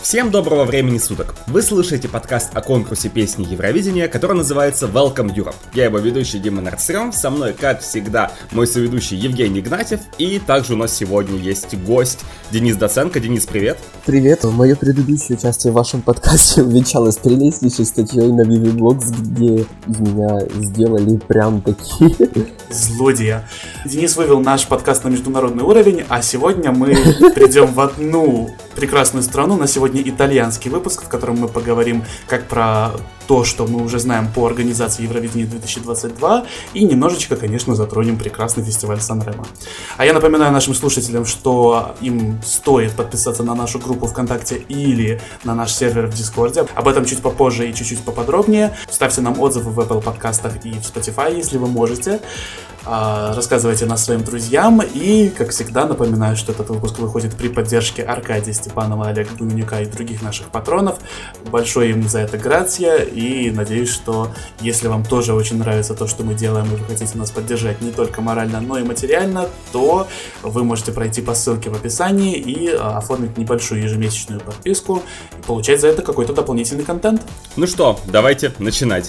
Всем доброго времени суток! Вы слушаете подкаст о конкурсе песни Евровидения, который называется Welcome Europe. Я его ведущий Дима Нордстрём, со мной, как всегда, мой соведущий Евгений Игнатьев, и также у нас сегодня есть гость Денис Доценко. Денис, привет! Привет! Мое предыдущее участие в вашем подкасте увенчалось прелестнейшей статьей на Vivibloggs, где из меня сделали прям такие... Злодея. Денис вывел наш подкаст на международный уровень, а сегодня мы придем в одну прекрасную страну. На сегодня итальянский выпуск, в котором мы поговорим как про то, что мы уже знаем по организации Евровидения 2022, и немножечко, конечно, затронем прекрасный фестиваль Сан-Ремо. А я напоминаю нашим слушателям, что им стоит подписаться на нашу группу ВКонтакте или на наш сервер в Дискорде. Об этом чуть попозже и чуть-чуть поподробнее. Ставьте нам отзывы в Apple подкастах и в Spotify, если вы можете. Рассказывайте нас своим друзьям. И, как всегда, напоминаю, что этот выпуск выходит при поддержке Аркадия Степанова, Олега Гуменюка и других наших патронов. Большое им за это грация. И надеюсь, что если вам тоже очень нравится то, что мы делаем, и вы хотите нас поддержать не только морально, но и материально, то вы можете пройти по ссылке в описании и оформить небольшую ежемесячную подписку и получать за это какой-то дополнительный контент. Ну что, давайте начинать.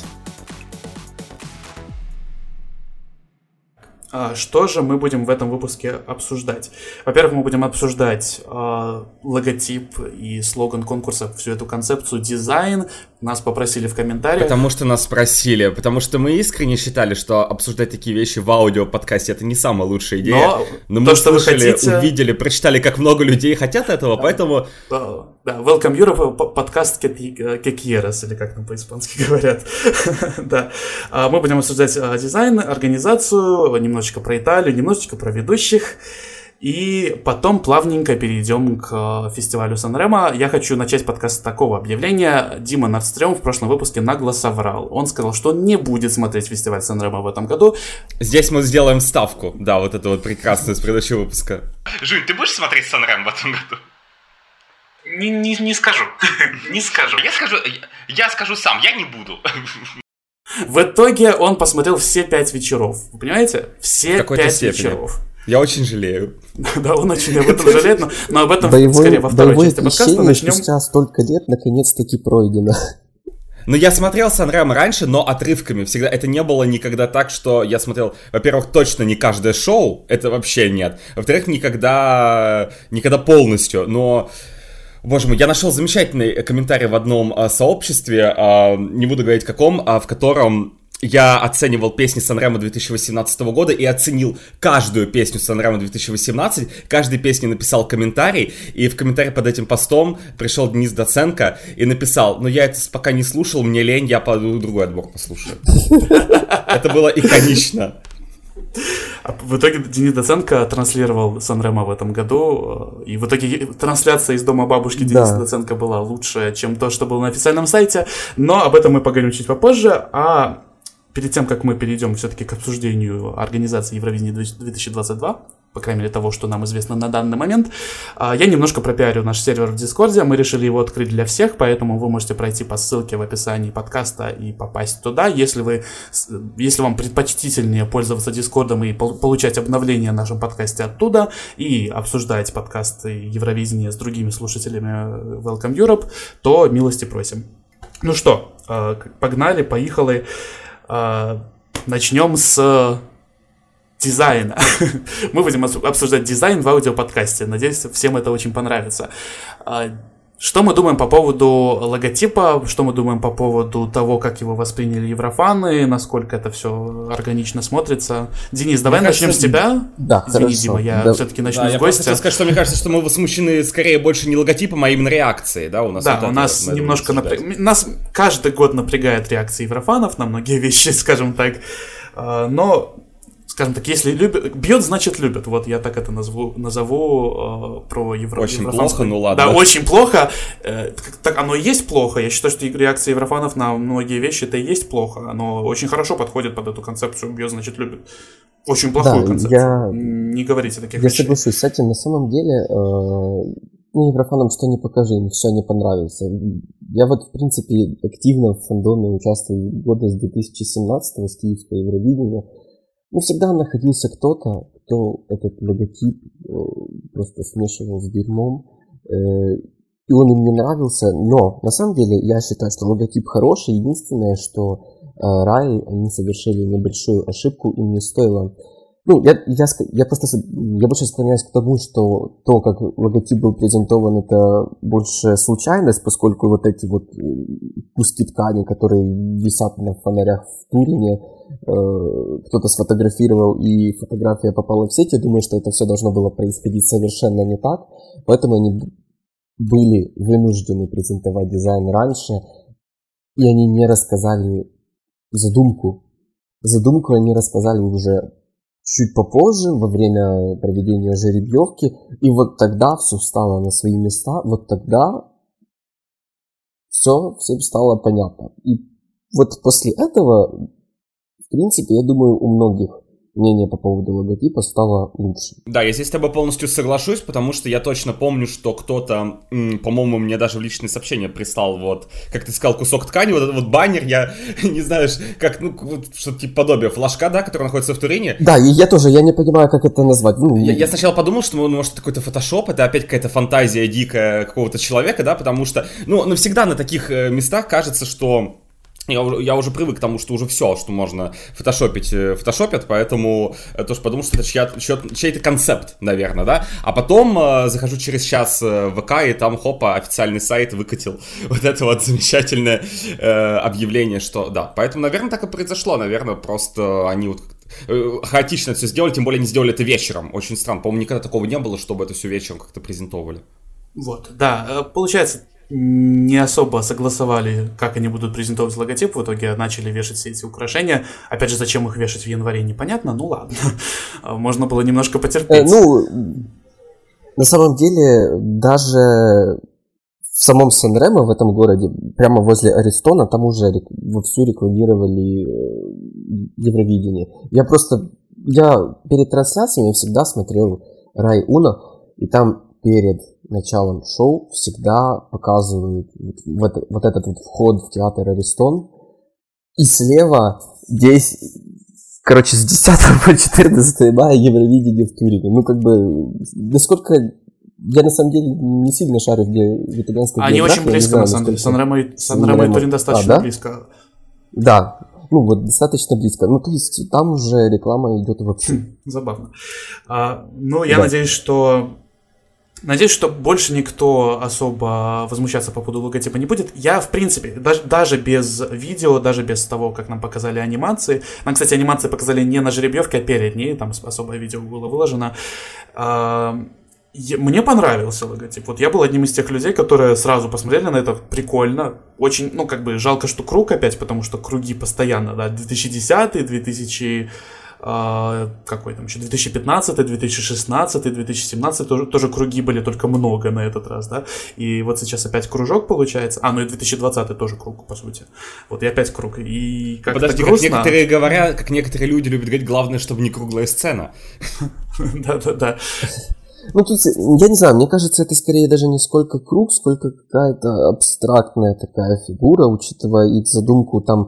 Что же мы будем в этом выпуске обсуждать? Во-первых, мы будем обсуждать логотип и слоган конкурса, всю эту концепцию, дизайн. Нас попросили в комментариях. Потому что нас спросили, потому что мы искренне считали, что обсуждать такие вещи в аудиоподкасте — это не самая лучшая идея. Но мы то, что слышали, вы хотите... увидели, прочитали, как много людей хотят этого, поэтому... Да, Welcome Europe, подкаст Кекьерас, или как там по-испански говорят. Да. Мы будем обсуждать дизайн, организацию, немножечко про Италию, немножечко про ведущих. И потом плавненько перейдем к фестивалю Сан-Ремо. Я хочу начать подкаст с такого объявления. Дима Нордстрём в прошлом выпуске нагло соврал. Он сказал, что он не будет смотреть фестиваль Сан-Ремо в этом году. Здесь мы сделаем вставку. Да, вот это вот прекрасное с предыдущего выпуска. Жунь, ты будешь смотреть Сан-Ремо в этом году? Не скажу. Не скажу. Я скажу сам, я не буду. В итоге он посмотрел все 5 вечеров. Вы понимаете? Все 5 вечеров. Я очень жалею. Да, он очень об этом жалеет, но об этом скорее во второй части подкаста начнем. Спустя столько лет наконец-таки пройдено. Ну, я смотрел Сан-Ремо раньше, но отрывками всегда. Это не было никогда так, что я смотрел, во-первых, точно не каждое шоу, это вообще нет. Во-вторых, никогда полностью, но... Боже мой, я нашел замечательный комментарий в одном сообществе, не буду говорить каком, в котором я оценивал песни Сан-Ремо 2018 года и оценил каждую песню Сан-Ремо 2018, каждой песне написал комментарий, и в комментарии под этим постом пришел Денис Доценко и написал: ну я это пока не слушал, мне лень, я пойду другой отбор послушаю. Это было иконично. В итоге Денис Доценко транслировал Сан-Ремо в этом году, и в итоге трансляция из дома бабушки Дениса Доценко была лучше, чем то, что было на официальном сайте, но об этом мы поговорим чуть попозже. А перед тем, как мы перейдем все-таки к обсуждению организации Евровидения 2022, по крайней мере того, что нам известно на данный момент, я немножко пропиарю наш сервер в Дискорде. Мы решили его открыть для всех, поэтому вы можете пройти по ссылке в описании подкаста и попасть туда. Если вам предпочтительнее пользоваться Дискордом и получать обновления о нашем подкасте оттуда и обсуждать подкасты Евровидения с другими слушателями Welcome Europe, то милости просим. Ну что, погнали, поехали. Начнем с дизайна. Мы будем обсуждать дизайн в аудиоподкасте. Надеюсь, всем это очень понравится. Что мы думаем по поводу логотипа, что мы думаем по поводу того, как его восприняли еврофаны, насколько это все органично смотрится. Денис, давай начнем с тебя. Да, извини, хорошо. Дима, я все-таки начну с Я гостя. хотел сказать, что мне кажется, что мы смущены скорее больше не логотипом, а именно реакцией. Да, у нас, да, у нас немножко нас каждый год напрягает реакция еврофанов на многие вещи, скажем так. Но... Скажем так, если любят, бьет, значит любят. Вот я так это назову про Очень плохо, ну ладно. Да, очень плохо. Так оно и есть плохо. Я считаю, что реакция еврофанов на многие вещи это и есть плохо. Оно очень хорошо подходит под эту концепцию бьет, значит любят. Очень плохую концепцию. Не говорите таких вещей. Я соглашусь с этим. На самом деле, еврофанам что ни покажи, им все не понравится. Я вот, в принципе, активно в фандоме участвую года с 2017-го, с Киевского Евровидения. Ну, всегда находился кто-то, кто этот логотип просто смешивал с дерьмом. и он им не нравился, но на самом деле я считаю, что логотип хороший. Единственное, что Rai, они совершили небольшую ошибку, им не стоило. Ну, я больше склоняюсь к тому, что то, как логотип был презентован, это больше случайность, поскольку вот эти вот куски ткани, которые висят на фонарях в Турине, кто-то сфотографировал, и фотография попала в сеть. Я думаю, что это все должно было происходить совершенно не так, поэтому они были вынуждены презентовать дизайн раньше, и они не рассказали задумку. Задумку они рассказали уже чуть попозже, во время проведения жеребьевки, и вот тогда все встало на свои места, вот тогда все всем стало понятно. И вот после этого, в принципе, я думаю, у многих мнение по поводу логотипа стало лучше. Да, я здесь с тобой полностью соглашусь, потому что я точно помню, что кто-то, по-моему, мне даже в личные сообщения прислал, вот, как ты сказал, кусок ткани, вот этот вот баннер, я не знаю, как, ну, что-то типа подобие флажка, да, который находится в Турине. Да, и я тоже, я не понимаю, как это назвать. Я сначала подумал, что, может, это какой-то фотошоп, это опять какая-то фантазия дикая какого-то человека, да, потому что, ну всегда на таких местах кажется, что... Я уже привык к тому, что уже все, что можно фотошопят, поэтому тоже подумал, что это чей-то концепт, наверное, да. А потом захожу через час в ВК, и там, хопа, официальный сайт выкатил вот это вот замечательное объявление, что да. Поэтому, наверное, так и произошло, наверное, просто они вот хаотично все сделали, тем более они сделали это вечером. Очень странно, по-моему, никогда такого не было, чтобы это все вечером как-то презентовали. Вот, да, получается... Не особо согласовали, как они будут презентовать логотип. В итоге начали вешать все эти украшения. Опять же, зачем их вешать в январе, непонятно. Ну ладно, можно было немножко потерпеть. На самом деле, даже в самом Сан-Ремо, в этом городе, прямо возле Аристона, там уже вовсю рекламировали Евровидение. Я перед трансляциями всегда смотрел Рай Уно, и там перед началом шоу всегда показывают вот этот вот вход в театр Аристон. И слева здесь, короче, с 10 по 14 мая Евровидение в Турине. Ну, как бы, насколько... Я, на самом деле, не сильно шарю в итальянской географии. Они очень близко, на самом деле. Сан-Ремо и Турин достаточно близко. Да, ну вот достаточно близко. Ну, то есть там уже реклама идет вообще. Забавно. Я надеюсь, что больше никто особо возмущаться по поводу логотипа не будет. Я, в принципе, даже без видео, даже без того, как нам показали анимации. Нам, кстати, анимации показали не на жеребьевке, а перед ней. Там особое видео было выложено. Мне понравился логотип. Вот я был одним из тех людей, которые сразу посмотрели на это. Прикольно. Очень, жалко, что круг опять, потому что круги постоянно, да. 2010, 2000... какой там еще, 2015, 2016, 2017 тоже круги были, только много на этот раз, да, и вот сейчас опять кружок получается, и 2020 тоже круг, по сути, вот и опять круг, и как-то подожди, грустно. Как некоторые люди любят говорить, главное, чтобы не круглая сцена. Да. Ну, тут, я не знаю, мне кажется, это скорее даже не сколько круг, сколько какая-то абстрактная такая фигура, учитывая их задумку там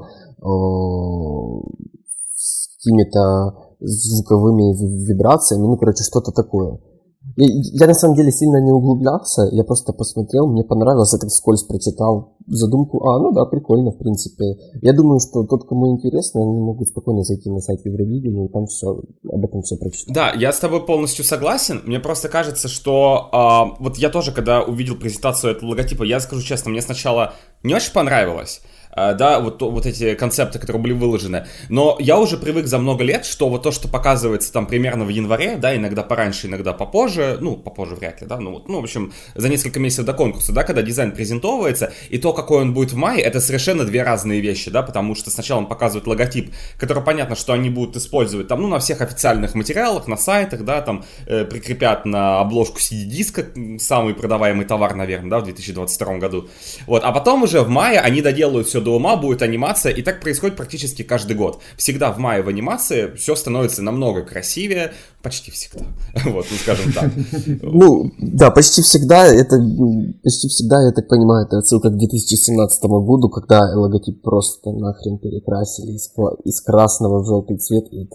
какими-то звуковыми вибрациями, что-то такое. Я на самом деле сильно не углублялся, я просто посмотрел, мне понравилось, я так вскользь прочитал задумку, прикольно, в принципе. Я думаю, что тот, кому интересно, они могут спокойно зайти на сайт Евровидения и там об этом все прочитать. Да, я с тобой полностью согласен, мне просто кажется, что вот я тоже, когда увидел презентацию этого логотипа, я скажу честно, мне сначала не очень понравилось. Да, вот эти концепты, которые были выложены. Но я уже привык за много лет, что вот то, что показывается там примерно в январе, да, иногда пораньше, иногда попозже, попозже вряд ли, да, в общем, за несколько месяцев до конкурса, да, когда дизайн презентовывается, и то, какой он будет в мае, это совершенно две разные вещи, да, потому что сначала он показывает логотип, который понятно, что они будут использовать там, на всех официальных материалах, на сайтах, да, там, прикрепят на обложку CD-диска, самый продаваемый товар, наверное, да, в 2022 году, вот, а потом уже в мае они доделают все до ума, будет анимация, и так происходит практически каждый год. Всегда в мае в анимации все становится намного красивее, почти всегда, вот, скажем так. Да, почти всегда, я так понимаю, это отсылка к 2017 году, когда логотип просто нахрен перекрасили из красного в желтый цвет, и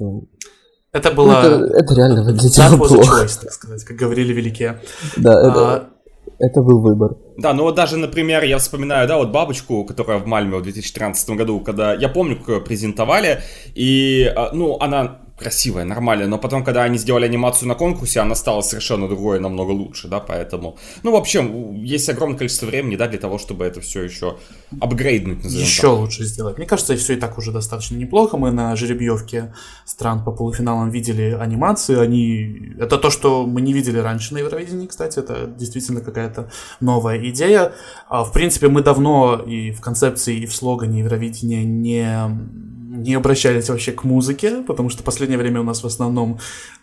это было... Это реально выглядело плохо. Choice, так сказать, как говорили великие. Да, Это был выбор. Да, ну вот даже, например, я вспоминаю, да, вот бабочку, которая в Мальме в 2013 году, когда, я помню, как ее презентовали, и, ну, она красивая, нормальная, но потом, когда они сделали анимацию на конкурсе, она стала совершенно другой, намного лучше, да, поэтому, ну, в общем, есть огромное количество времени, да, для того, чтобы это все еще апгрейднуть, назовем еще так. лучше сделать. Мне кажется, все и так уже достаточно неплохо. Мы на жеребьевке стран по полуфиналам видели анимации, это то, что мы не видели раньше на Евровидении, кстати, это действительно какая-то новая идея. В принципе, мы давно и в концепции, и в слогане Евровидения не обращались вообще к музыке, потому что в последнее время у нас в основном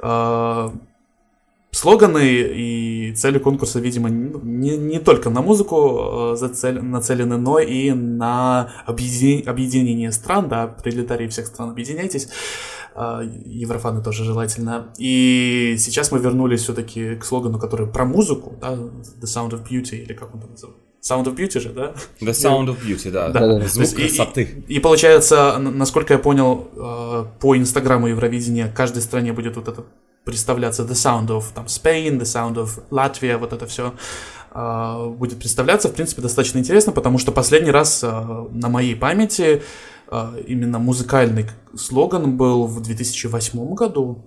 слоганы и цели конкурса, видимо, не только на музыку нацелены, но и на объединение стран, да, пролетарии всех стран, объединяйтесь, еврофаны тоже желательно. И сейчас мы вернулись все-таки к слогану, который про музыку, да, The Sound of Beauty, или как он там называется? Sound of Beauty же, да? The Sound of Beauty, да. Да. Звук красоты. И получается, насколько я понял, по инстаграму Евровидения каждой стране будет вот это представляться The Sound of там, Spain, The Sound of Latvia, вот это все будет представляться. В принципе, достаточно интересно, потому что последний раз на моей памяти именно музыкальный слоган был в 2008 году.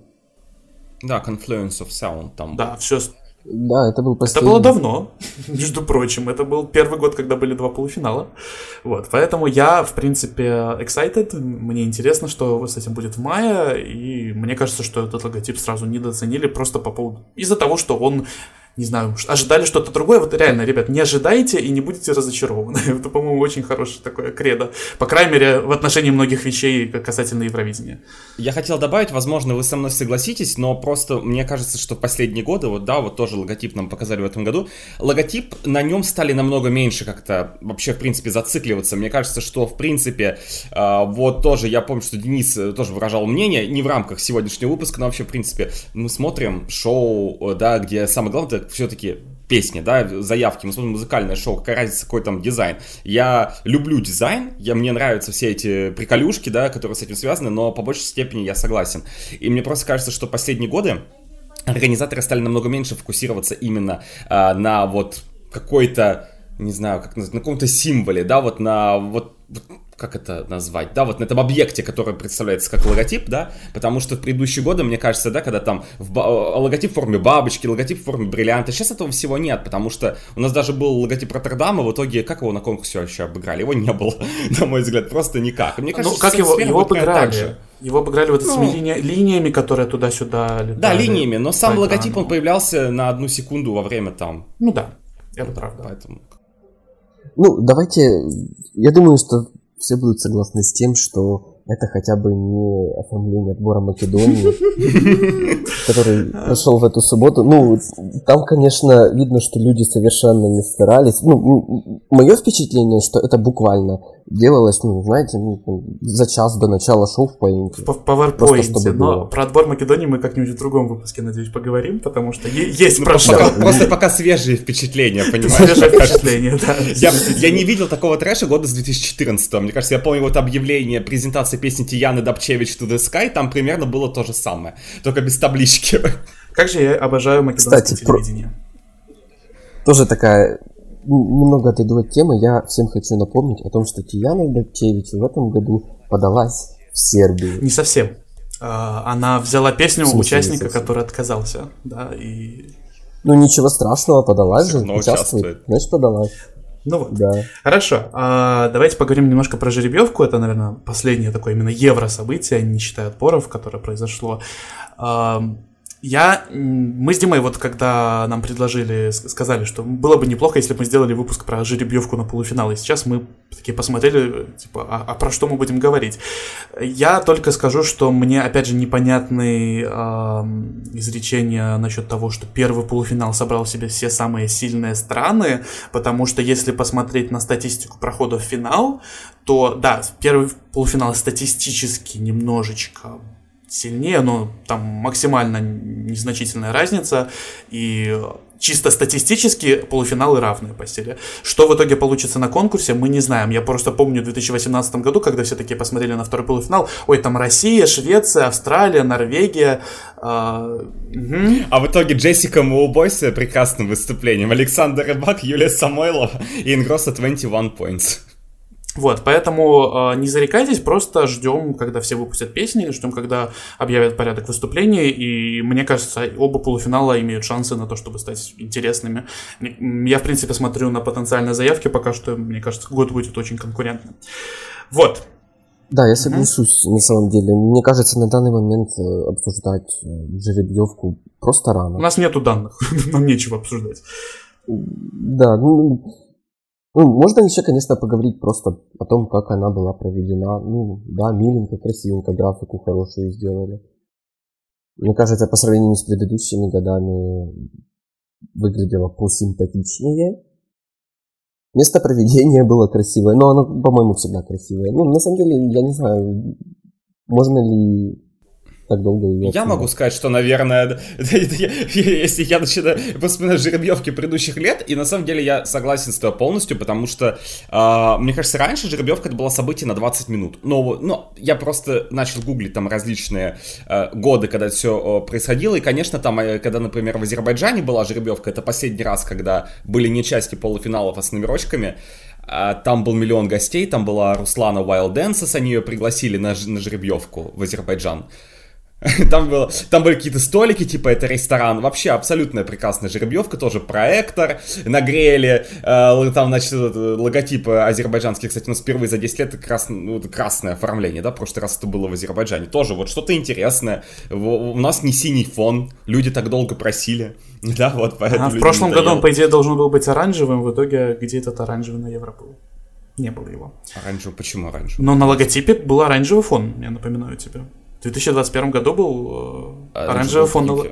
Да, Confluence of Sound там. Да, все. Да, это был последний. Это было давно, между прочим. Это был первый год, когда были 2 полуфинала. Вот, поэтому я, в принципе, excited. Мне интересно, что с этим будет в мае. И мне кажется, что этот логотип сразу недооценили просто по поводу... Из-за того, что он... Не знаю, ожидали что-то другое. Вот реально, ребят, не ожидайте и не будете разочарованы. Это, по-моему, очень хорошее такое кредо. По крайней мере, в отношении многих вещей касательно Евровидения. Я хотел добавить, возможно, вы со мной согласитесь, но просто мне кажется, что в последние годы, вот да, вот тоже логотип нам показали в этом году, логотип, на нем стали намного меньше как-то вообще, в принципе, зацикливаться. Мне кажется, что, в принципе, вот тоже, я помню, что Денис тоже выражал мнение, не в рамках сегодняшнего выпуска, но вообще, в принципе, мы смотрим шоу, да, где самое главное, все-таки песни, да, заявки, мы смотрим музыкальное шоу, какая разница, какой там дизайн. Я люблю дизайн, мне нравятся все эти приколюшки, да, которые с этим связаны, но по большей степени я согласен. И мне просто кажется, что последние годы организаторы стали намного меньше фокусироваться именно на вот какой-то, не знаю, как назвать, на каком-то символе, да, вот на вот как это назвать, да, вот на этом объекте, который представляется как логотип, да, потому что в предыдущие годы, мне кажется, да, когда там логотип в форме бабочки, логотип в форме бриллианта, сейчас этого всего нет, потому что у нас даже был логотип Роттердама, в итоге, как его на конкурсе вообще обыграли? Его не было, на мой взгляд, просто никак. Мне кажется, как его обыграли? Его обыграли вот этими линиями, которые туда-сюда летали. Да, линиями, но сам логотип, он появлялся на 1 секунду во время там. Ну да, это правда. Поэтому... Ну, давайте, я думаю, что все будут согласны с тем, что это хотя бы не оформление отбора Македонии, который прошел в эту субботу. Ну, там, конечно, видно, что люди совершенно не старались. Ну, мое впечатление, что это буквально делалось, ну, знаете, за час до начала шоу в поинте. В PowerPoint, но про отбор Македонии мы как-нибудь в другом выпуске, надеюсь, поговорим, потому что есть про что. Просто пока свежие впечатления, понимаешь? Свежие впечатления, да. Я не видел такого трэша года с 2014. Мне кажется, я помню вот объявление, презентация песни Тияны Дабчевич «To the Sky», там примерно было то же самое, только без таблички. Как же я обожаю македонское телевидение. Тоже такая... Немного отойду от темы, я всем хочу напомнить о том, что Тияна Дабчевич в этом году подалась в Сербию. Не совсем. Она взяла песню участника, который отказался, да, и... Ну ничего страшного, подалась же, участвует, значит подалась. Ну вот, да. Хорошо, давайте поговорим немножко про жеребьевку, это, наверное, последнее такое именно еврособытие, не считая отборов, которое произошло. Мы с Димой, вот когда нам предложили, сказали, что было бы неплохо, если бы мы сделали выпуск про жеребьевку на полуфинал, и сейчас мы такие посмотрели, типа, а про что мы будем говорить? Я только скажу, что мне, опять же, непонятны изречения насчет того, что первый полуфинал собрал в себе все самые сильные страны, потому что если посмотреть на статистику прохода в финал, то, да, первый полуфинал статистически немножечко сильнее, но там максимально незначительная разница, и чисто статистически полуфиналы равные по стилю. Что в итоге получится на конкурсе, мы не знаем. Я просто помню в 2018 году, когда все таки посмотрели на второй полуфинал, ой, там Россия, Швеция, Австралия, Норвегия. А в итоге Джессика Моубойс прекрасным выступлением, Александр Рыбак, Юлия Самойлова и Ингросса 21 points. Вот, поэтому не зарекайтесь, просто ждем, когда все выпустят песни, ждем, когда объявят порядок выступлений, и мне кажется, оба полуфинала имеют шансы на то, чтобы стать интересными. Я, в принципе, смотрю на потенциальные заявки, пока что, мне кажется, год будет очень конкурентным. Вот. Да, я соглашусь, на самом деле. Мне кажется, на данный момент обсуждать жеребьевку просто рано. У нас нету данных, нам нечего обсуждать. Да, можно еще, конечно, поговорить просто о том, как она была проведена. Да, миленько, красивенько, графику хорошую сделали. Мне кажется, по сравнению с предыдущими годами выглядело посимпатичнее. Место проведения было красивое, но оно, по-моему, всегда красивое. На самом деле, я не знаю, можно ли так долго ее... Я могу сказать, что, наверное, если я начинаю вспоминать жеребьевки предыдущих лет, и на самом деле я согласен с тобой полностью, потому что, мне кажется, раньше жеребьевка это было событие на 20 минут. Но я просто начал гуглить там различные годы, когда это все происходило, и, конечно, там, когда, например, в Азербайджане была жеребьевка, это последний раз, когда были не части полуфиналов, а с номерочками. Там был миллион гостей, там была Руслана Wild Dances, они ее пригласили на жеребьевку в Азербайджан. Там были какие-то столики, типа это ресторан. Вообще абсолютная прекрасная жеребьевка, тоже проектор нагрели. Там, значит, логотип азербайджанский, кстати, у нас впервые за 10 лет красное оформление, да, в прошлый раз это было в Азербайджане. Тоже вот что-то интересное. У нас не синий фон, люди так долго просили. Да, вот поэтому. В прошлом году он, по идее, должен был быть оранжевым, в итоге где этот оранжевый на Евро был. Не было его. Оранжевый? Почему оранжевый? Но на логотипе был оранжевый фон, я напоминаю тебе. В 2021 году был оранжевый фон.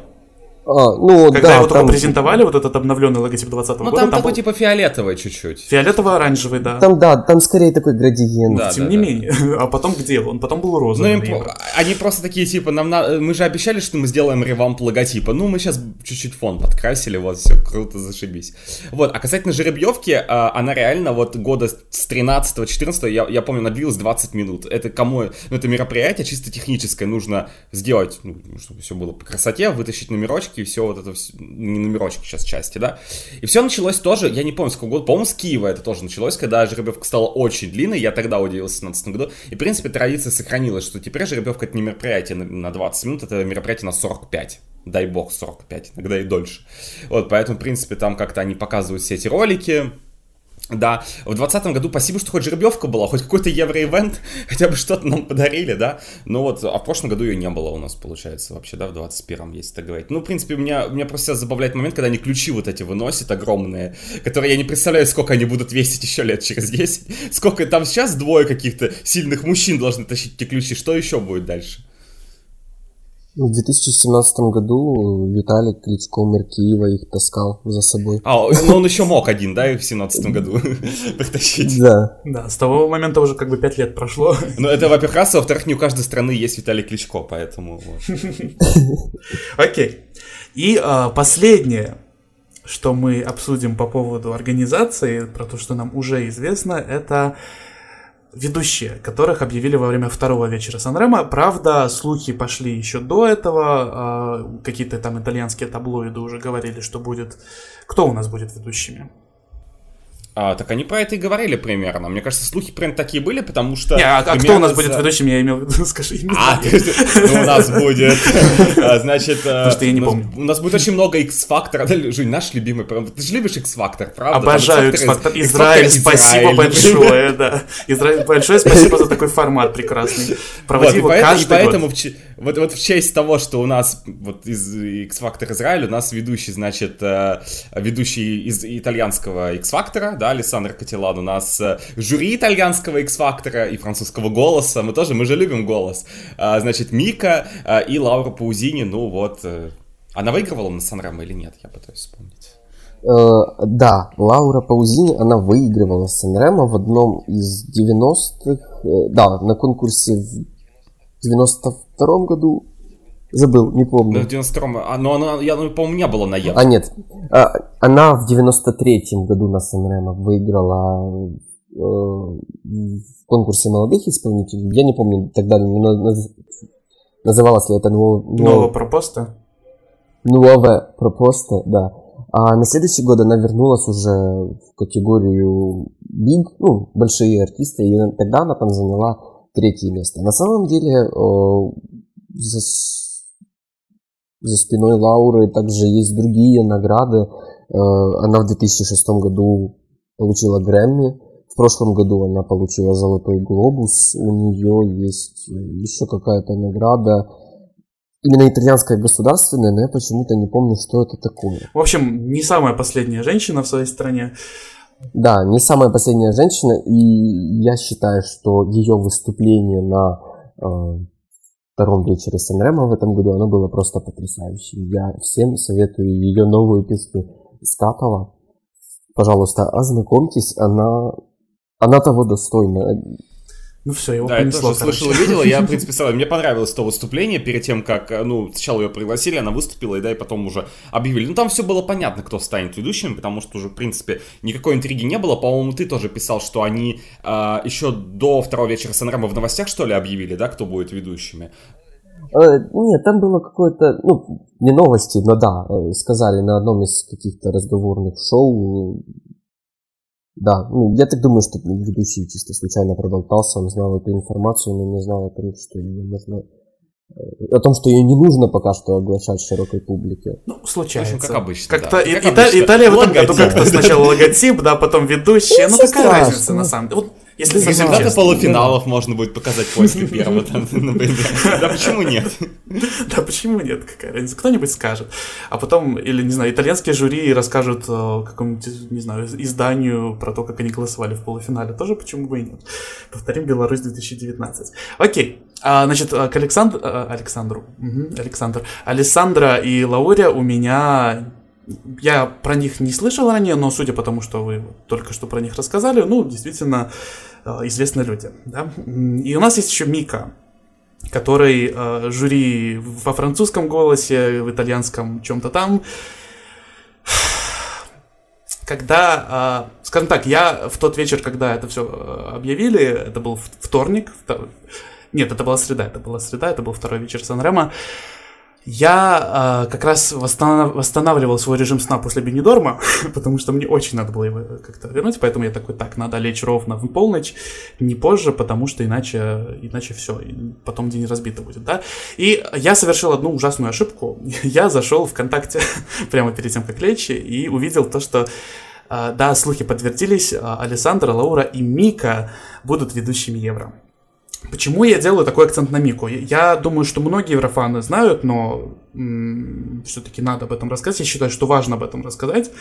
Когда его только презентовали, вот этот обновленный логотип 2020 года. Там такой типа фиолетовый чуть-чуть. Фиолетово-оранжевый, да. Там скорее такой градиент. Да, Тем не менее. А потом где он? Потом был розовый. Они просто такие, типа, мы же обещали, что мы сделаем ревамп логотипа. Мы сейчас чуть-чуть фон подкрасили, вот, все, круто, зашибись. Вот, а касательно жеребьевки, она реально вот года с 13-14, я помню, она длилась 20 минут. Это это мероприятие чисто техническое, нужно сделать, чтобы все было по красоте, вытащить номерочки, и все вот это, не номерочки сейчас части, да. И все началось тоже, я не помню, с какого года, по-моему, с Киева это тоже началось, когда жеребьевка стала очень длинной, я тогда удивился в 2017 году, и, в принципе, традиция сохранилась, что теперь жеребьевка это не мероприятие на 20 минут, это мероприятие на 45. Дай бог 45, иногда и дольше. Вот, поэтому, в принципе, там как-то они показывают все эти ролики. Да, в 2020 году спасибо, что хоть жеребьевка была, хоть какой-то евроивент, хотя бы что-то нам подарили, да. Ну вот, а в прошлом году ее не было у нас, получается, вообще, да, в 21-м, если так говорить. Ну, в принципе, меня просто забавляет момент, когда они ключи вот эти выносят огромные, которые я не представляю, сколько они будут весить еще лет через 10. Сколько там сейчас двое каких-то сильных мужчин должны тащить эти ключи, что еще будет дальше? В 2017 году Виталий Кличко Меркиева их таскал за собой. Но он еще мог один, да, в 2017 году притащить. Да. Да, с того момента уже как бы 5 лет прошло. Ну, это, во-первых, раз, а во-вторых, не у каждой страны есть Виталий Кличко, поэтому... Окей. И последнее, что мы обсудим по поводу организации, про то, что нам уже известно, это... ведущие, которых объявили во время второго вечера Сан-Ремо. Правда, слухи пошли еще до этого. Какие-то там итальянские таблоиды уже говорили, что будет... Кто у нас будет ведущими? Так они про это и говорили примерно. Мне кажется, слухи прям такие были, потому что... Кто у нас будет ведущим, я имел в виду, скажи имя. У нас будет, значит... Потому что я не помню. У нас будет очень много X-фактора. Жень, наш любимый, ты же любишь X-фактор, правда? Обожаю X-фактор. Израиль, спасибо большое, да. Израиль, большое спасибо за такой формат прекрасный. Проводи его каждый год. Поэтому вот в честь того, что у нас вот из X-Factor Израиль, у нас ведущий, значит, ведущий из итальянского X-Factor, да, Алессандро Катилан, у нас жюри итальянского X-Factor и французского голоса, мы же любим голос, значит, Мика и Лаура Паузини, ну вот, она выигрывала на Сан-Ремо или нет, я пытаюсь вспомнить. Да, Лаура Паузини, она выигрывала Сан-Ремо в одном из 90-х, да, на конкурсе в 92-м году, Забыл, не помню. В 92-м, но она, по-моему, не была на Евро. А нет, она в 93-м году на Сан-Ремо выиграла в конкурсе молодых исполнителей. Я не помню тогда, называлась ли это Nuova Proposta? Nuova Proposta, да. А на следующий год она вернулась уже в категорию Big, большие артисты, и тогда она там заняла 3-е место. На самом деле за спиной Лауры также есть другие награды. Она в 2006 году получила Грэмми. В прошлом году она получила Золотой глобус. У нее есть еще какая-то награда. Именно итальянская государственная, но я почему-то не помню, что это такое. В общем, не самая последняя женщина в своей стране. Да, не самая последняя женщина. И я считаю, что ее выступление на втором вечере Сан-Ремо в этом году, оно было просто потрясающим. Я всем советую ее новую песню «Скатала». Пожалуйста, ознакомьтесь, она того достойна. Ну все, его да, понесло, я тоже слышал и видел, я, в принципе, мне понравилось то выступление, перед тем, как, сначала ее пригласили, она выступила, и потом уже объявили. Там все было понятно, кто станет ведущим, потому что уже, в принципе, никакой интриги не было. По-моему, ты тоже писал, что они еще до второго вечера Сан-Ремо в новостях, что ли, объявили, да, кто будет ведущими? Нет, там было какое-то, не новости, но да, сказали на одном из каких-то разговорных шоу. Да, я так думаю, что ведущий чисто случайно проболтался, он знал эту информацию, но не знал о том, что ее не нужно пока что оглашать широкой публике. Случается. В общем, как обычно. Как-то да. Италия в этом году как-то сначала логотип, да, потом ведущие. Какая разница на самом деле? Если результаты полуфиналов можно будет показать после первого, например. Да почему нет? Да почему нет? Какая разница? Кто-нибудь скажет. А потом, или, не знаю, итальянские жюри расскажут какому-нибудь, не знаю, изданию про то, как они голосовали в полуфинале. Тоже почему бы и нет. Повторим Беларусь 2019. Окей. Значит, к Алессандро и Лауре у меня... Я про них не слышал ранее, но судя по тому, что вы только что про них рассказали, действительно известные люди. Да? И у нас есть еще Мика, который жюри во французском голосе, в итальянском чем-то там. Когда, скажем так, я в тот вечер, когда это все объявили, это был вторник, нет, это была среда, это был второй вечер Сан-Ремо. Я как раз восстанавливал свой режим сна после Бенидорма, потому что мне очень надо было его как-то вернуть, поэтому я такой, надо лечь ровно в полночь, не позже, потому что иначе все, потом день разбито будет, да. И я совершил одну ужасную ошибку. Я зашел в ВКонтакте прямо перед тем, как лечь, и увидел то, что, да, слухи подтвердились, Алессандро, Лаура и Мика будут ведущими Евро. Почему я делаю такой акцент на Мику? Я думаю, что многие еврофаны знают, но все-таки надо об этом рассказать. Я считаю, что важно об этом рассказать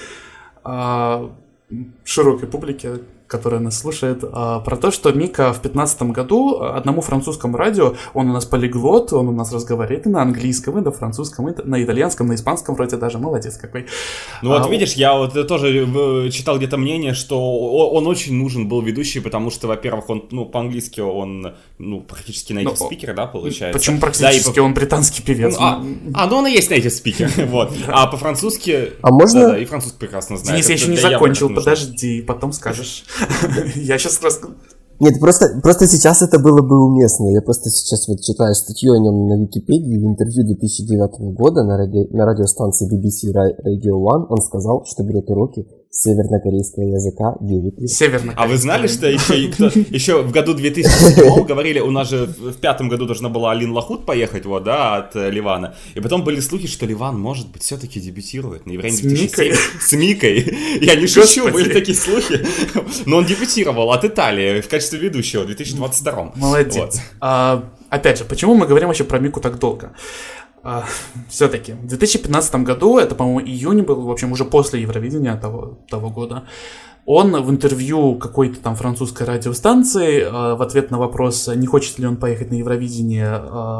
широкой публике, которая нас слушает, про то, что Мика в 2015 году одному французскому радио, он у нас полиглот, он у нас разговаривает и на английском, и на французском, и на итальянском, на испанском вроде даже, молодец какой. Видишь, я тоже читал где-то мнение, что он очень нужен был ведущий, потому что, во-первых, он, по-английски он, практически native спикер, да, получается. Почему практически? Да, он британский певец. Он и есть native спикер, вот. А по-французски... А можно... Да, и француз прекрасно знает. Денис, я еще не закончил, подожди, потом скажешь. Я сейчас расскажу. Нет, просто сейчас это было бы уместно. Я просто сейчас читаю статью о нем на Википедии. В интервью 2009 года на радиостанции BBC Radio One он сказал, что берет уроки севернокорейского языка 9 лет. А вы знали, что еще в году 2007 говорили, у нас же в 2005 году должна была Алин Лахут поехать, от Ливана. И потом были слухи, что Ливан, может быть, все-таки дебютирует на Евровидении 2007. С Микой. Я не шучу, были такие слухи. Но он дебютировал от Италии в качестве ведущего в 2022. Молодец. Опять же, почему мы говорим вообще про Мику так долго? Все-таки в 2015 году, это, по-моему, июнь был, в общем, уже после Евровидения того года, он в интервью какой-то там французской радиостанции в ответ на вопрос, не хочет ли он поехать на Евровидение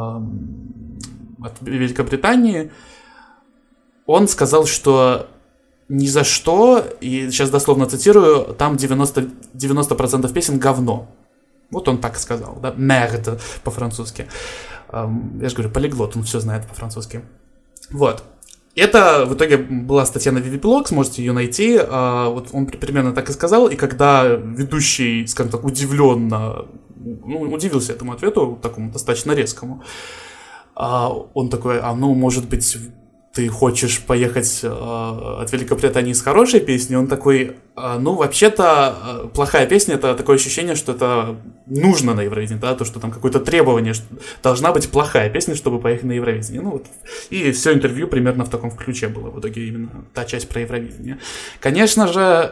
от Великобритании, он сказал, что ни за что, и сейчас дословно цитирую, там 90% песен говно. Вот он так сказал, да, merde по-французски. Я же говорю, полиглот, он все знает по-французски. Вот. Это в итоге была статья на VVPlog, сможете ее найти. Вот он примерно так и сказал. И когда ведущий, скажем так, удивленно, удивился этому ответу, такому достаточно резкому, он такой, может быть, ты хочешь поехать от Великобритании с хорошей песней? Он такой, вообще-то, плохая песня — это такое ощущение, что это нужно на Евровидении, да, то, что там какое-то требование, что должна быть плохая песня, чтобы поехать на Евровидение. И все интервью примерно в таком ключе было, в итоге именно та часть про Евровидение. Конечно же,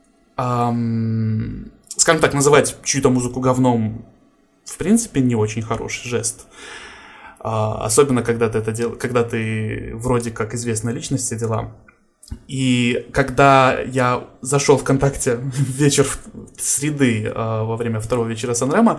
скажем так, называть чью-то музыку говном, в принципе, не очень хороший жест. Особенно, когда ты это делаешь, когда ты вроде как известная личность, все дела. И когда я зашел ВКонтакте в вечер среды во время второго вечера Санрема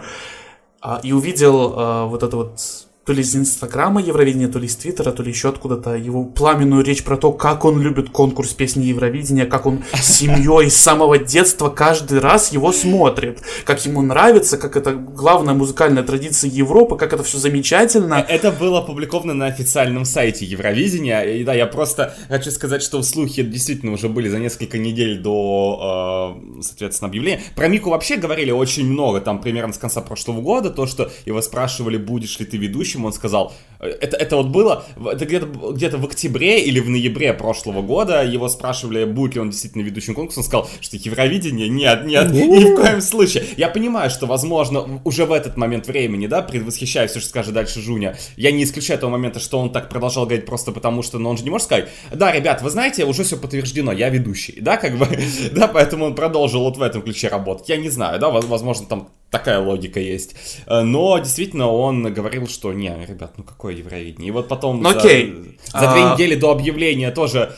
и увидел вот это вот то ли из Инстаграма Евровидения, то ли из Твиттера, то ли еще откуда-то его пламенную речь про то, как он любит конкурс песни Евровидения, как он с семьей с самого детства каждый раз его смотрит, как ему нравится, как это главная музыкальная традиция Европы, как это все замечательно. Это было опубликовано на официальном сайте Евровидения, и да, я просто хочу сказать, что слухи действительно уже были за несколько недель до, соответственно, объявления. Про Мику вообще говорили очень много, там примерно с конца прошлого года, то, что его спрашивали, будешь ли ты ведущим, он сказал, это вот было, это где-то в октябре или в ноябре прошлого года, его спрашивали, будет ли он действительно ведущим конкурса, он сказал, что Евровидение, нет, ни в коем случае. Я понимаю, что, возможно, уже в этот момент времени, да, предвосхищая все, что скажет дальше Жуня, я не исключаю того момента, что он так продолжал говорить просто потому, что, он же не может сказать, да, ребят, вы знаете, уже все подтверждено, я ведущий, да, как бы, да, поэтому он продолжил вот в этом ключе работать, я не знаю, да, возможно, там такая логика есть. Но действительно он говорил, что не, ребят, какое Евровидение. И вот потом за 2 недели до объявления тоже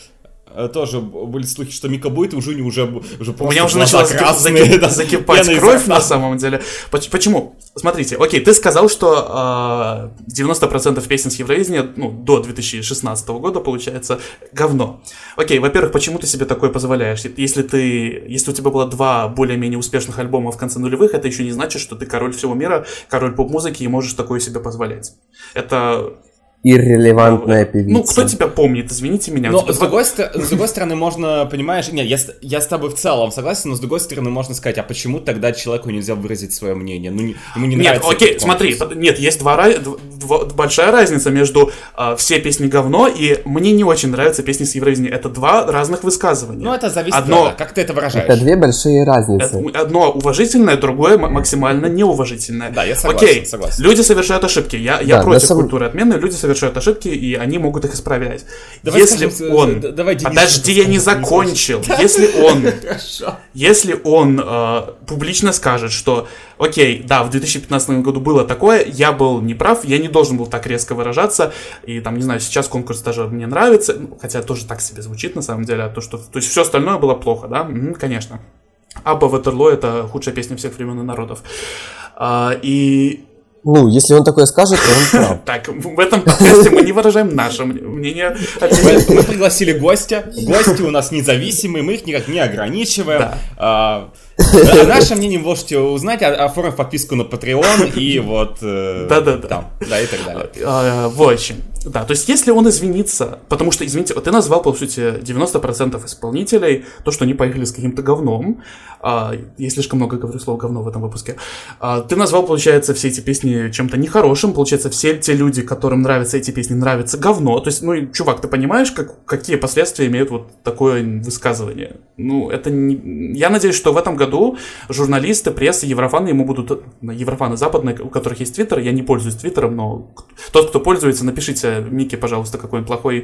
были слухи, что Мика будет, и у Жуни уже просто у меня уже начала закипать кровь на самом деле. Почему? Смотрите, окей, ты сказал, что 90% песен с Евровидения, до 2016 года, получается, говно. Окей, во-первых, почему ты себе такое позволяешь? Если у тебя было 2 более-менее успешных альбома в конце нулевых, это еще не значит, что ты король всего мира, король поп-музыки и можешь такое себе позволять. Это... Иррелевантная певица. Кто тебя помнит, извините меня. Но с другой стороны, можно, понимаешь, я с тобой в целом согласен, но с другой стороны, можно сказать, а почему тогда человеку нельзя выразить свое мнение? Ему не нравится. Нет, окей, смотри, есть большая разница между все песни говно и мне не очень нравятся песни с Евровидения. Это 2 разных высказывания. Это зависит от как ты это выражаешь. Это 2 большие разницы. Одно уважительное, другое максимально неуважительное. Да, я согласен. Окей, люди совершают ошибки. Я против культуры отмены, люди совершают ошибки, и они могут их исправлять. Подожди, я не закончил. Если он публично скажет, что окей, да, в 2015 году было такое, я был неправ, я не должен был так резко выражаться, и там, не знаю, сейчас конкурс даже мне нравится, хотя тоже так себе звучит на самом деле, то есть все остальное было плохо, да, конечно. Абба Ватерлоо — это худшая песня всех времен и народов. Если он такое скажет, то он прав. Так, в этом подкасте мы не выражаем наше мнение. Мы пригласили гостя. Гости у нас независимые, мы их никак не ограничиваем. Наше мнение вы можете узнать, оформив подписку на Patreon и вот там, да, и так далее. В общем, да, то есть если он извинится, потому что, извините, ты назвал, по сути, 90% исполнителей, то, что они поехали с каким-то говном, я слишком много говорю слово говно в этом выпуске, ты назвал, получается, все эти песни чем-то нехорошим, получается, все те люди, которым нравятся эти песни, нравится говно, то есть, чувак, ты понимаешь, какие последствия имеют вот такое высказывание? Это не... Я надеюсь, что в этом году журналисты, пресса, еврофаны ему будут... Еврофаны западные, у которых есть твиттер, я не пользуюсь твиттером, но тот, кто пользуется, напишите Мике, пожалуйста, какое он плохое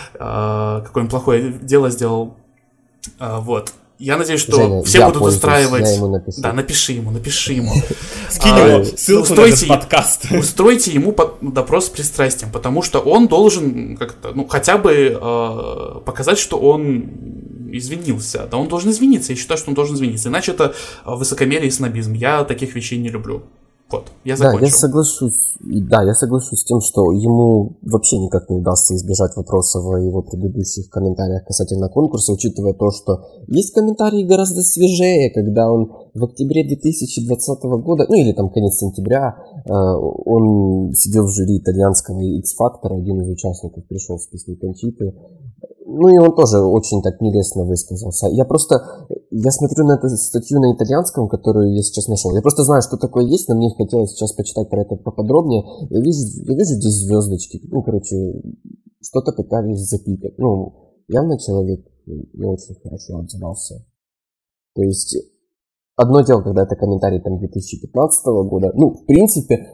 дело сделал. Вот. Я надеюсь, что Женя, все будут устраивать... Я ему напишу. Да, напиши ему. Скинь ему ссылку на этот подкаст. Устройте ему допрос с пристрастием, потому что он должен как-то, хотя бы показать, что он извинился. Да, он должен извиниться. Я считаю, что он должен извиниться. Иначе это высокомерие и снобизм. Я таких вещей не люблю. Вот, я закончил. Да, я соглашусь с тем, что ему вообще никак не удастся избежать вопросов в его предыдущих комментариях касательно конкурса, учитывая то, что есть комментарии гораздо свежее, когда он в октябре 2020 года, ну или там конец сентября, он сидел в жюри итальянского X-Factor, один из участников пришел с песней Кончиты. Ну и он тоже очень так нелестно высказался. Я смотрю на эту статью на итальянском, которую я сейчас нашел. Я просто знаю, что такое есть, но мне хотелось сейчас почитать про это поподробнее. Я вижу здесь звездочки. Ну, короче, что-то пытались запикать. Ну, явно человек не очень хорошо отзывался. То есть, одно дело, когда это комментарий там 2015 года. Ну, в принципе...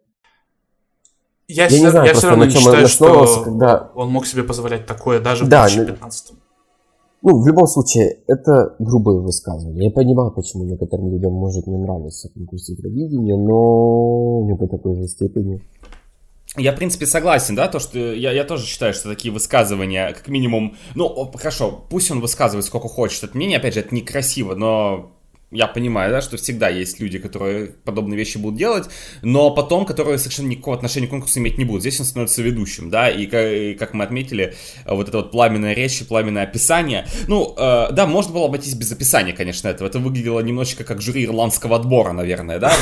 Я все равно не считаю, что когда... он мог себе позволять такое даже в 2015. Ну, в любом случае, это грубое высказывание. Я понимаю, почему некоторым людям может не нравиться конкурс Евровидения, но не по такой же степени. Я, в принципе, согласен, да, то, что я тоже считаю, что такие высказывания, как минимум, ну, хорошо, пусть он высказывает сколько хочет, это мнение, опять же, это некрасиво, но... Я понимаю, да, что всегда есть люди, которые подобные вещи будут делать, но потом, которые совершенно никакого отношения к конкурсу иметь не будут. Здесь он становится ведущим, да, и как мы отметили, вот это вот пламенная речь, пламенное описание. Ну, да, можно было обойтись без описания, конечно, этого. Это выглядело немножечко как жюри ирландского отбора, наверное, да,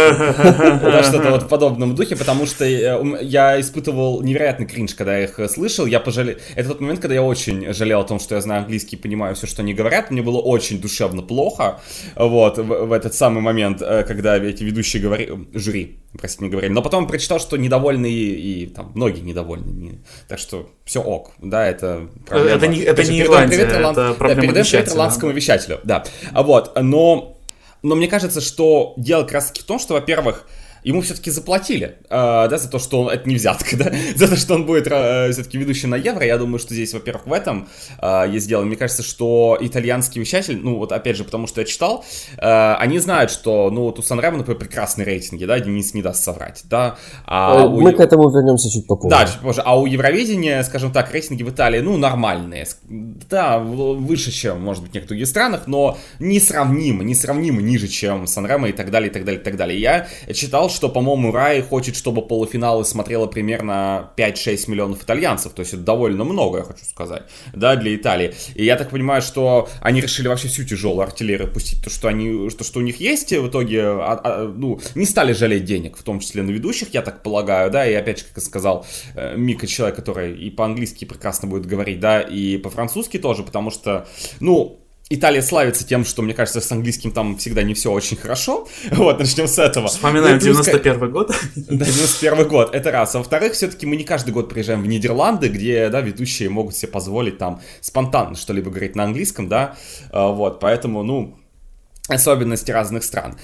что-то вот в подобном духе, потому что я испытывал невероятный кринж, когда я их слышал. Я пожалел. Это тот момент, когда я очень жалел о том, что я знаю английский и понимаю все, что они говорят. Мне было очень душевно плохо. Вот, в этот самый момент, когда эти ведущие жюри, простите, не говорили. Но потом прочитал, что недовольны и там многие недовольны. Так что все ок, да, это проблема. Это не Ирландия, это проблема вещателя. Ирландскому вещателю, да. Вот, но мне кажется, что дело как раз таки в том, что, во-первых, ему все-таки заплатили, да, за то, что он, это не взятка, да, за то, что он будет все-таки ведущий на Евро. Я думаю, что здесь, во-первых, в этом есть дело. Мне кажется, что итальянский вещатель, ну, вот опять же, потому что я читал, они знают, что, ну, вот у Сан-Ремо, например, прекрасные рейтинги, да, Денис не даст соврать, да. Мы к этому вернемся чуть попозже. Да, чуть позже. А у Евровидения, скажем так, рейтинги в Италии, ну, нормальные. Да, выше, чем, может быть, в некоторых других странах, но несравнимо ниже, чем Сан-Ремо и так далее, и так далее, и так далее. Я читал, что, по-моему, Рай хочет, чтобы полуфиналы смотрело примерно 5-6 миллионов итальянцев, то есть это довольно много, я хочу сказать, да, для Италии. И я так понимаю, что они решили вообще всю тяжелую артиллерию пустить, то, что у них есть, в итоге, ну, не стали жалеть денег, в том числе на ведущих, я так полагаю, да, и опять же, как я сказал, Мика человек, который и по-английски прекрасно будет говорить, да, и по-французски тоже, потому что, ну, Италия славится тем, что, мне кажется, с английским там всегда не все очень хорошо. Вот, начнем с этого. Вспоминаем 91 год. Да, 91 год, это раз. А во-вторых, все-таки мы не каждый год приезжаем в Нидерланды, где, да, ведущие могут себе позволить там спонтанно что-либо говорить на английском, да. Вот, поэтому, ну... особенности разных стран.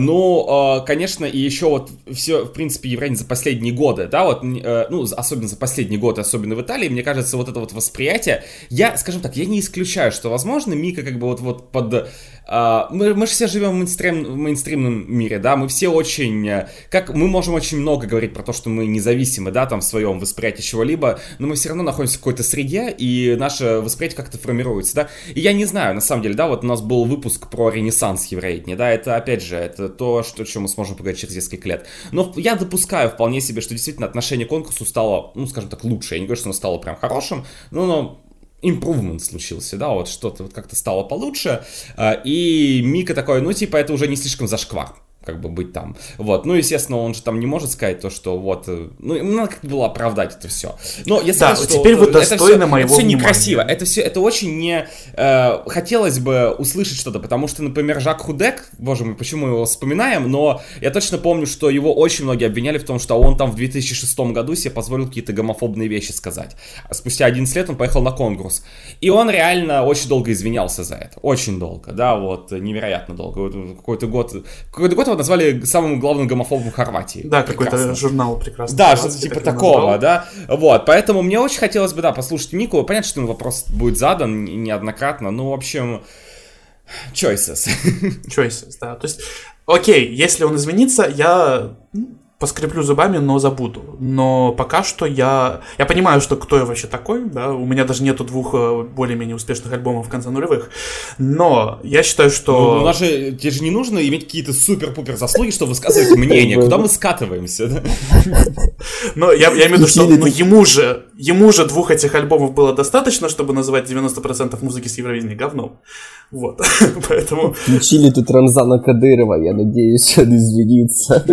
Ну, конечно, и еще вот все, в принципе, Евровидение за последние годы, да, вот, ну, особенно за последний год, особенно в Италии, мне кажется, вот это вот восприятие, скажем так, я не исключаю, что, возможно, Мика как бы вот под... Мы же все живем в мейнстримном мире, да, мы все очень... мы можем очень много говорить про то, что мы независимы, да, там, в своем восприятии чего-либо, но мы все равно находимся в какой-то среде, и наше восприятие как-то формируется, да. И я не знаю, на самом деле, да, вот у нас был выпуск про Ренессанс Евровидения, да, это, опять же, это то, о чем мы сможем поговорить через несколько лет. Но я допускаю вполне себе, что действительно отношение к конкурсу стало, ну, скажем так, лучше. Я не говорю, что оно стало прям хорошим, но improvement случился, да, вот что-то вот как-то стало получше, и Мика такой, ну, типа, это уже не слишком зашквар, как бы быть там, вот, ну, естественно, он же там не может сказать то, что вот, ну, надо как-то было оправдать это все, но я да, что теперь вот вы достойны моего это все внимания. Некрасиво, это очень не, хотелось бы услышать что-то, потому что, например, Жак Худек, боже мой, почему мы его вспоминаем, но я точно помню, что его очень многие обвиняли в том, что он там в 2006 году себе позволил какие-то гомофобные вещи сказать, а спустя 11 лет он поехал на конкурс, и он реально очень долго извинялся за это, очень долго, да, вот, невероятно долго, какой-то год его назвали самым главным гомофобом Хорватии. Да, какой-то журнал прекрасный. Да, что-то типа такого, да. Вот, поэтому мне очень хотелось бы, да, послушать Мику. Понятно, что ему вопрос будет задан неоднократно, ну, в общем, choices. Choices, да. То есть, окей, если он извинится, я поскреплю зубами, но забуду. Но пока что я понимаю, что кто я вообще такой, да, у меня даже нету 2 более-менее успешных альбомов в конце нулевых, но я считаю, что... Ну, тебе же не нужно иметь какие-то супер-пупер заслуги, чтобы высказывать мнение, куда мы скатываемся, да? Но я имею в виду, что ему же ему же 2 этих альбомов было достаточно, чтобы называть 90% музыки с Евровидения говном. Вот, поэтому... Включили тут Рамзана Кадырова, я надеюсь, он извинится.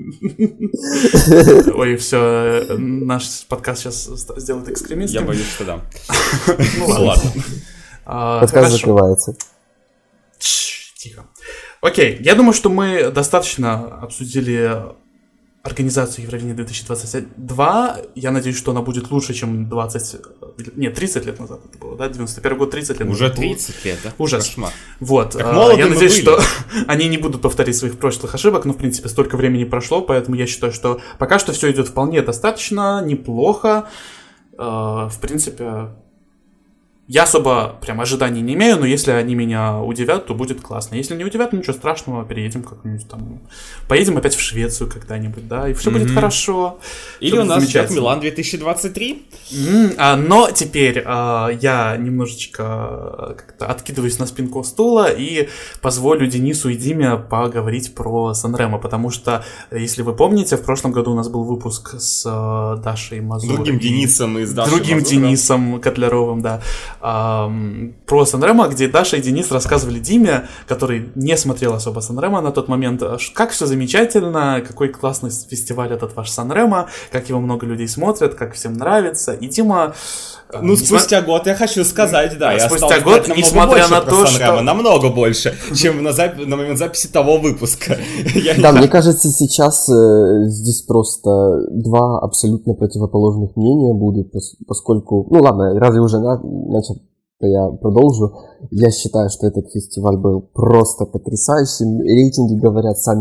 Ой, все, наш подкаст сейчас сделает экстремистским. Я боюсь, что да. Ну ладно. Подкаст закрывается. Тихо. Окей, я думаю, что мы достаточно обсудили организацию Евровидения 2022. Я надеюсь, что она будет лучше, чем 30 лет назад это было, да? 91 год, 30 лет назад. Уже 30 лет, да? Ужас. Кошмар. Вот. Я надеюсь, что они не будут повторить своих прошлых ошибок, но, в принципе, столько времени прошло, поэтому я считаю, что пока что все идет вполне достаточно, неплохо. В принципе... Я особо прям ожиданий не имею, но если они меня удивят, то будет классно. Если не удивят, ничего страшного, переедем как-нибудь там. Поедем опять в Швецию когда-нибудь, да, и все будет хорошо. Или у нас ждет Милан 2023. Но теперь я немножечко как-то откидываюсь на спинку стула и позволю Денису и Диме поговорить про Сан-Ремо, потому что, если вы помните, в прошлом году у нас был выпуск с Дашей Мазур. Другим Денисом из Дашей Другим Мазур, Денисом Котляровым, да. Про Сан-Ремо, где Даша и Денис рассказывали Диме, который не смотрел особо Сан-Ремо на тот момент, как все замечательно, какой классный фестиваль этот ваш Сан-Ремо, как его много людей смотрят, как всем нравится. И Дима... спустя год я хочу сказать, да, я спустя год, несмотря на то, что... Намного больше, чем на момент записи того выпуска. Да, мне кажется, сейчас здесь просто 2 абсолютно противоположных мнения будут, поскольку... Ну ладно, разве уже начал, то я продолжу. Я считаю, что этот фестиваль был просто потрясающим. Рейтинги говорят сами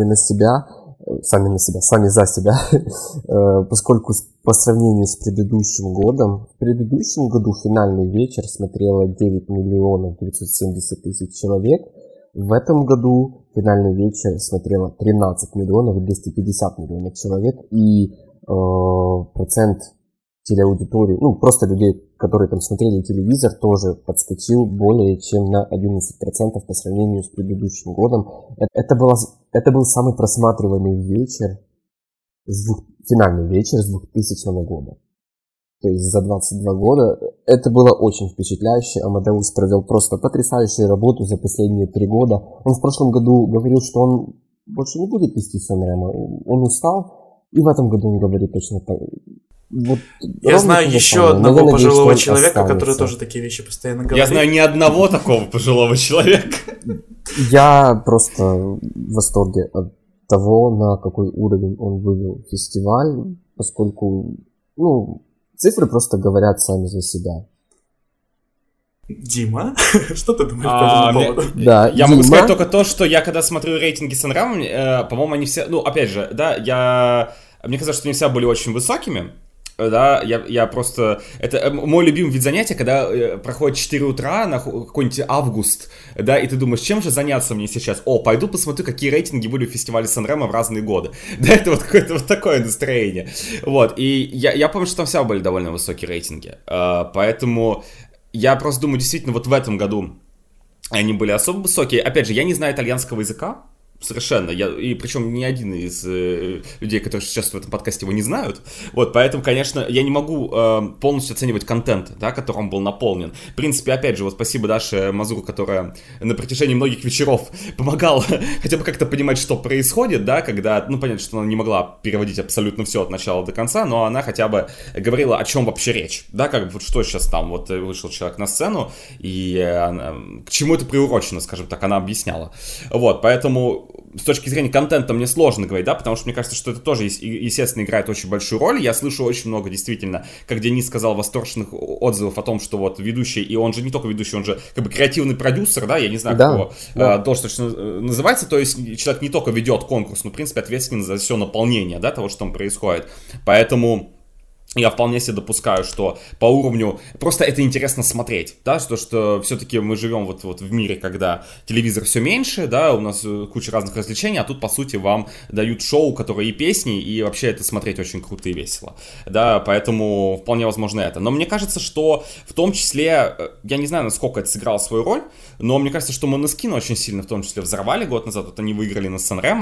за себя, поскольку по сравнению с предыдущим годом, в предыдущем году финальный вечер смотрело 9 миллионов 970 тысяч человек, в этом году финальный вечер смотрело 13 миллионов 250 миллионов человек, и процент телеаудитории, ну просто людей, которые там смотрели телевизор, тоже подскочил более чем на 11% по сравнению с предыдущим годом. Это был самый просматриваемый вечер, финальный вечер с 2000 года. То есть за 22 года. Это было очень впечатляюще. Амадеус провел просто потрясающую работу за последние 3 года. Он в прошлом году говорил, что он больше не будет вести Сан-Ремо. Он устал. И в этом году он говорит точно так. Вот, я знаю еще одного пожилого человека, который тоже такие вещи постоянно говорит. Я знаю ни одного такого пожилого человека. Я просто в восторге от того, на какой уровень он вывел фестиваль, поскольку, цифры просто говорят сами за себя. Дима, что ты думаешь по этому поводу? Да, я могу сказать только то, что я когда смотрю рейтинги Сан-Ремо, по-моему, они все, опять же, да, мне кажется, что они все были очень высокими. Да, я просто... Это мой любимый вид занятия, когда проходит 4 утра на какой-нибудь август, да, и ты думаешь, чем же заняться мне сейчас? Пойду посмотрю, какие рейтинги были в фестивале Сан-Ремо в разные годы. Да, это вот какое-то вот такое настроение. Вот, и я помню, что там все были довольно высокие рейтинги. Поэтому я просто думаю, действительно, вот в этом году они были особо высокие. Опять же, я не знаю итальянского языка. Совершенно. И причем ни один из людей, которые сейчас в этом подкасте его не знают. Вот, поэтому, конечно, я не могу полностью оценивать контент, да, которым был наполнен. В принципе, опять же, вот спасибо Даше Мазур, которая на протяжении многих вечеров помогала хотя бы как-то понимать, что происходит, да, когда, понятно, что она не могла переводить абсолютно все от начала до конца, но она хотя бы говорила, о чем вообще речь, да, как бы вот что сейчас там, вот вышел человек на сцену, и к чему это приурочено, скажем так, она объясняла. Вот, поэтому с точки зрения контента мне сложно говорить, да, потому что мне кажется, что это тоже, естественно, играет очень большую роль. Я слышу очень много, действительно, как Денис сказал, восторженных отзывов о том, что вот ведущий, и он же не только ведущий, он же как бы креативный продюсер, да, я не знаю, как его должность называется, то есть человек не только ведет конкурс, но, в принципе, ответственен за все наполнение, да, того, что там происходит. Поэтому... Я вполне себе допускаю, что по уровню... Просто это интересно смотреть, да, что все-таки мы живем вот в мире, когда телевизор все меньше, да, у нас куча разных развлечений, а тут, по сути, вам дают шоу, которые и песни, и вообще это смотреть очень круто и весело, да, поэтому вполне возможно это. Но мне кажется, что в том числе, я не знаю, насколько это сыграло свою роль, но мне кажется, что Måneskin очень сильно в том числе взорвали год назад, вот они выиграли на Сан-Ремо,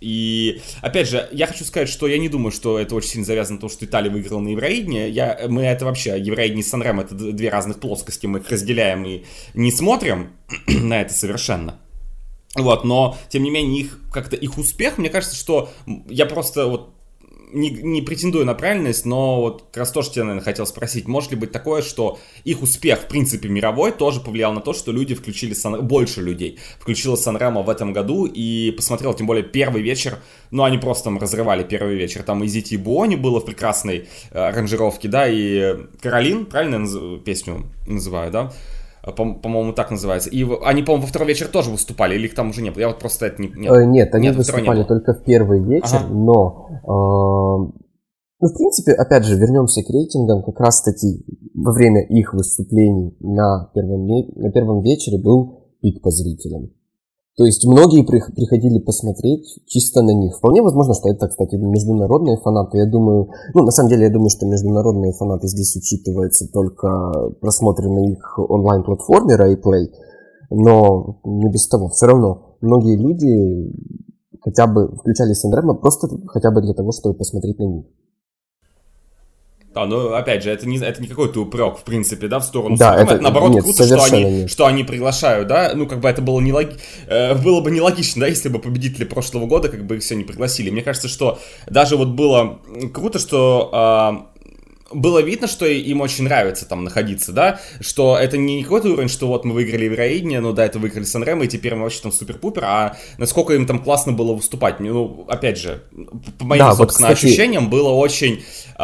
И, опять же, я хочу сказать, что я не думаю, что это очень сильно завязано на том, что Италия выиграла на Евровидении. Мы это вообще, Евровидение и Сан-Ремо, это две разных плоскости, мы их разделяем и не смотрим на это совершенно. Вот, но, тем не менее, их успех, мне кажется, что я просто вот не претендую на правильность, но вот как раз тоже тебя, наверное, хотел спросить, может ли быть такое, что их успех, в принципе, мировой, тоже повлиял на то, что люди включили больше людей включило Сан-Ремо в этом году и посмотрел, тем более, первый вечер, ну, они просто там разрывали первый вечер, там и Зити и Буони было в прекрасной аранжировке, да, и Каролин, правильно я песню называю, да? По-моему, так называется. И они, по-моему, во второй вечер тоже выступали, или их там уже не было? Я вот просто это не... Нет, они выступали только в первый вечер, но... Ну, в принципе, опять же, вернемся к рейтингам. Как раз-таки во время их выступлений на первом вечере был пик по зрителям. То есть многие приходили посмотреть чисто на них. Вполне возможно, что это, кстати, международные фанаты. Я думаю, на самом деле, я думаю, что международные фанаты здесь учитываются только просмотры на их онлайн-платформе RaiPlay. Но не без того. Все равно многие люди хотя бы включали Сан-Ремо просто хотя бы для того, чтобы посмотреть на них. Да, но опять же, это не какой-то упрек, в принципе, да, в сторону да, Сан-Ремо. Это наоборот нет, круто, что они приглашают, да. Ну, как бы это было бы нелогично, да, если бы победители прошлого года как бы их все не пригласили. Мне кажется, что даже вот было круто, что было видно, что им очень нравится там находиться, да, что это не какой-то уровень, что вот мы выиграли Евровидение, ну да, это выиграли Сан-Ремо, и теперь мы вообще там супер-пупер, а насколько им там классно было выступать. Ну, опять же, по моим, собственно, ощущениям, было очень,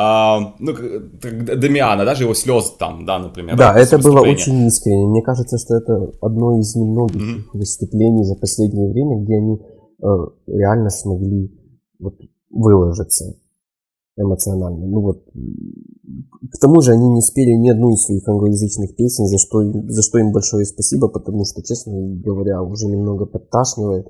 как Дамиана, даже его слезы там, да, например. Да, это было очень искренне. Мне кажется, что это одно из немногих выступлений за последнее время, где они реально смогли выложиться эмоционально. Ну вот, к тому же они не спели ни одну из своих англоязычных песен, за что им большое спасибо, потому что, честно говоря, уже немного подташнивает.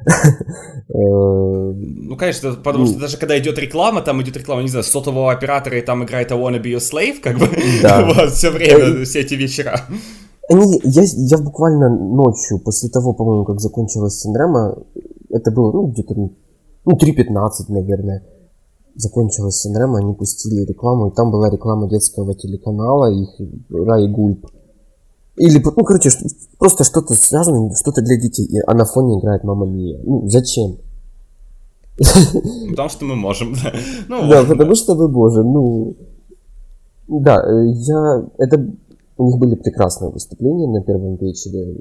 Ну, конечно, потому что даже когда идет реклама, не знаю, сотового оператора, и там играет I Wanna Be Your Slave, как бы, вот, все время, все эти вечера. Я буквально ночью, после того, по-моему, как закончилась Сан-Ремо, это было, где-то, 3:15, наверное, закончилась Сан-Ремо, они пустили рекламу, и там была реклама детского телеканала, их Рай Гульп. Или, просто что-то связано, что-то для детей, а на фоне играет Мамма Мия. Зачем? Потому что мы можем. Да, потому что вы можем. Да, у них были прекрасные выступления на первом вечере.